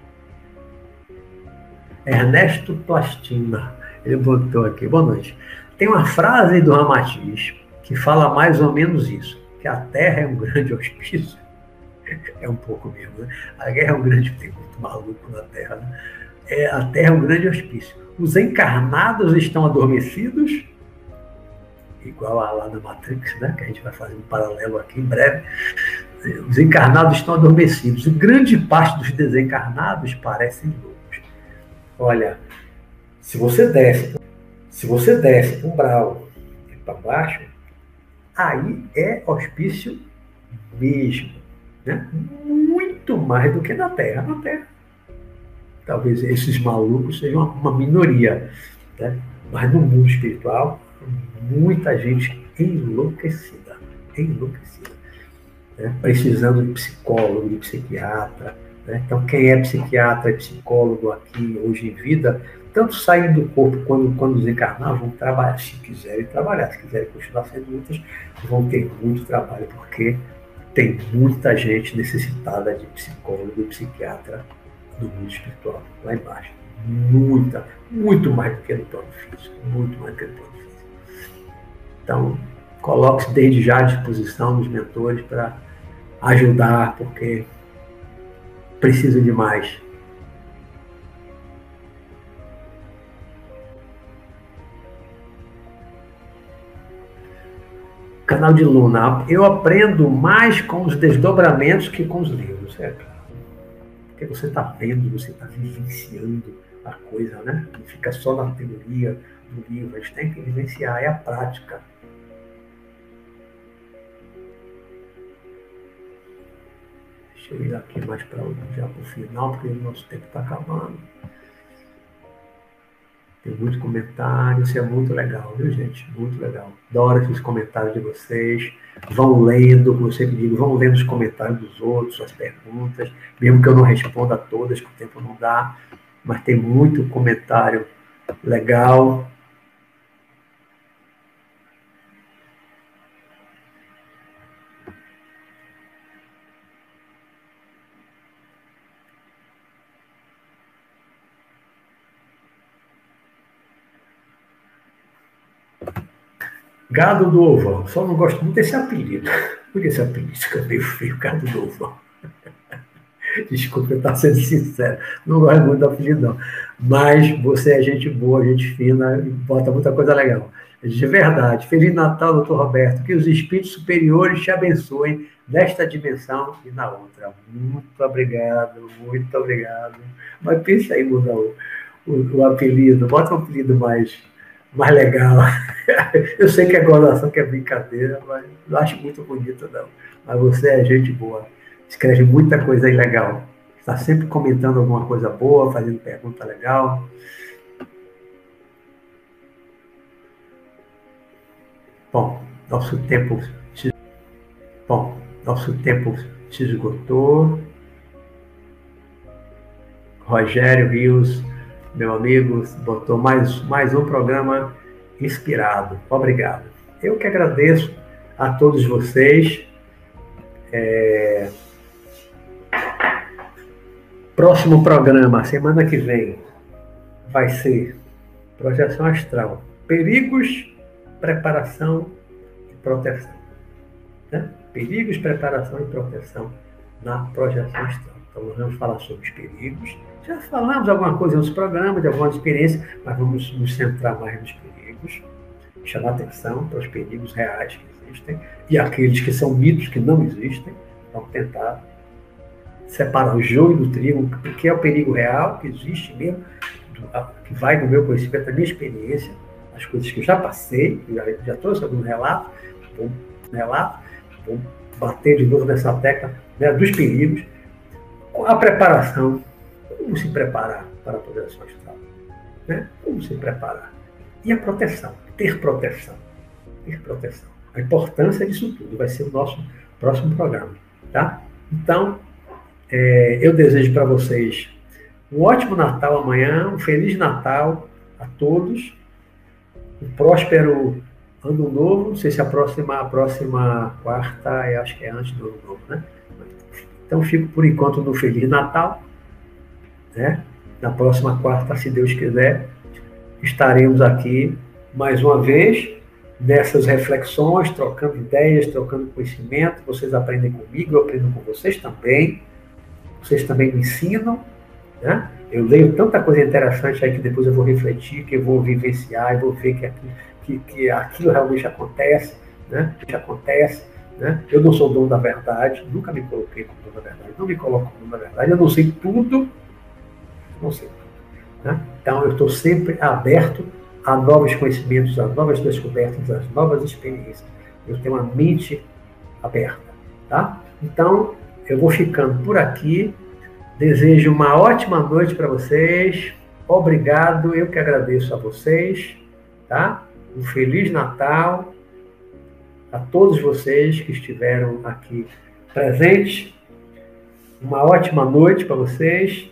Speaker 1: Ernesto Plastina, ele botou aqui, boa noite. Tem uma frase do Ramatiz que fala mais ou menos isso, que a Terra é um grande hospício. É um pouco mesmo, né? A Guerra é um grande, tem muito maluco na Terra, né? A Terra é um grande hospício. Os encarnados estão adormecidos, igual lá na Matrix, né? Que a gente vai fazer um paralelo aqui em breve. Os encarnados estão adormecidos. E grande parte dos desencarnados parecem loucos. Olha, se você desce para um brau e para baixo, aí é hospício mesmo, né? Muito mais do que na Terra. Na Terra, talvez esses malucos sejam uma minoria, né? Mas no mundo espiritual, muita gente enlouquecida, né? Precisando de psicólogo, de psiquiatra, né? Então, quem é psiquiatra e psicólogo aqui hoje em vida, tanto saem do corpo quando desencarnar, vão trabalhar, se quiserem trabalhar, se quiserem continuar sendo lutas, vão ter muito trabalho, porque tem muita gente necessitada de psicólogo e psiquiatra no mundo espiritual, lá embaixo. Muito mais do que no plano físico, muito mais do que no plano físico. Então, coloque-se desde já à disposição dos mentores para ajudar, porque precisa de mais. Canal de Luna, eu aprendo mais com os desdobramentos que com os livros, é claro. Porque você está vendo, você está vivenciando a coisa, né? Não fica só na teoria do livro, a gente tem que vivenciar, é a prática. Deixa eu ir aqui mais para o final, porque o nosso tempo está acabando. Tem muito comentário, isso é muito legal, viu, gente? Muito legal. Adoro esses comentários de vocês. Vão lendo, como eu sempre digo, vão lendo os comentários dos outros, as perguntas, mesmo que eu não responda a todas, que o tempo não dá, mas tem muito comentário legal. Gado do Ovão. Só não gosto muito desse apelido. Por que esse apelido fica meio feio, Gado do Ovão? Desculpa, eu estou sendo sincero. Não gosto muito do apelido, não. Mas você é gente boa, gente fina, e bota muita coisa legal. De verdade. Feliz Natal, doutor Roberto. Que os espíritos superiores te abençoem nesta dimensão e na outra. Muito obrigado, muito obrigado. Mas pensa aí, mudar o apelido. Bota um apelido mais legal. Eu sei que é gozação, que é brincadeira, mas não acho muito bonito, não. Mas você é gente boa. Escreve muita coisa aí legal. Está sempre comentando alguma coisa boa, fazendo pergunta legal. Bom, nosso tempo se esgotou. Rogério Rios, meu amigo, botou mais um programa inspirado. Obrigado. Eu que agradeço a todos vocês. Próximo programa, semana que vem, vai ser projeção astral. Perigos, preparação e proteção. Né? Perigos, preparação e proteção na projeção astral. Então, nós vamos falar sobre os perigos. Já falamos alguma coisa nos programas, de algumas experiências, mas vamos nos centrar mais nos perigos, chamar atenção para os perigos reais que existem e aqueles que são mitos, que não existem. Vamos tentar separar o joio do trigo, o que é o perigo real, que existe mesmo, que vai do meu conhecimento, da minha experiência, as coisas que eu já passei, já trouxe algum relato, vou bater de novo nessa tecla, né, dos perigos, a preparação, como se preparar para a projeção astral, né? Como se preparar. E a proteção, ter proteção. A importância disso tudo vai ser o nosso próximo programa, tá? Então, eu desejo para vocês um ótimo Natal amanhã, um Feliz Natal a todos, um próspero Ano Novo. Não sei se a próxima quarta, eu acho que é antes do Ano Novo, né? Então, fico por enquanto no Feliz Natal, né? Na próxima quarta, se Deus quiser, estaremos aqui mais uma vez, nessas reflexões, trocando ideias, trocando conhecimento. Vocês aprendem comigo, eu aprendo com vocês também. Vocês também me ensinam, né? Eu leio tanta coisa interessante aí que depois eu vou refletir, que eu vou vivenciar, e vou ver que aquilo realmente acontece, né? Acontece, né? Eu não sou dono da verdade, nunca me coloquei como dono da verdade, não me coloco como dono da verdade, eu não sei tudo, não sei tudo, né? Então eu estou sempre aberto a novos conhecimentos, a novas descobertas, a novas experiências. Eu tenho uma mente aberta, tá? Então eu vou ficando por aqui. Desejo uma ótima noite para vocês. Obrigado, eu que agradeço a vocês, tá? Um feliz Natal a todos vocês que estiveram aqui presentes. Uma ótima noite para vocês.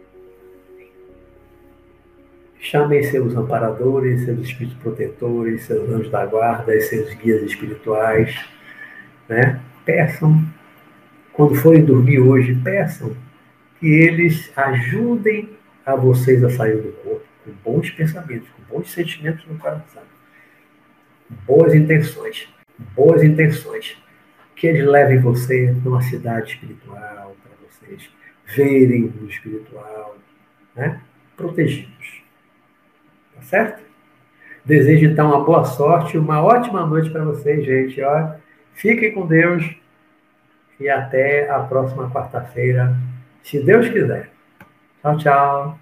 Speaker 1: Chamem seus amparadores, seus espíritos protetores, seus anjos da guarda, seus guias espirituais, né? Peçam, quando forem dormir hoje, peçam que eles ajudem a vocês a sair do corpo com bons pensamentos, com bons sentimentos no coração, com boas intenções, que eles levem você numa cidade espiritual, para vocês verem o espiritual, né? Protegidos. Tá certo? Desejo então uma boa sorte, uma ótima noite para vocês, gente. Ó, fiquem com Deus e até a próxima quarta-feira, se Deus quiser. Tchau, tchau.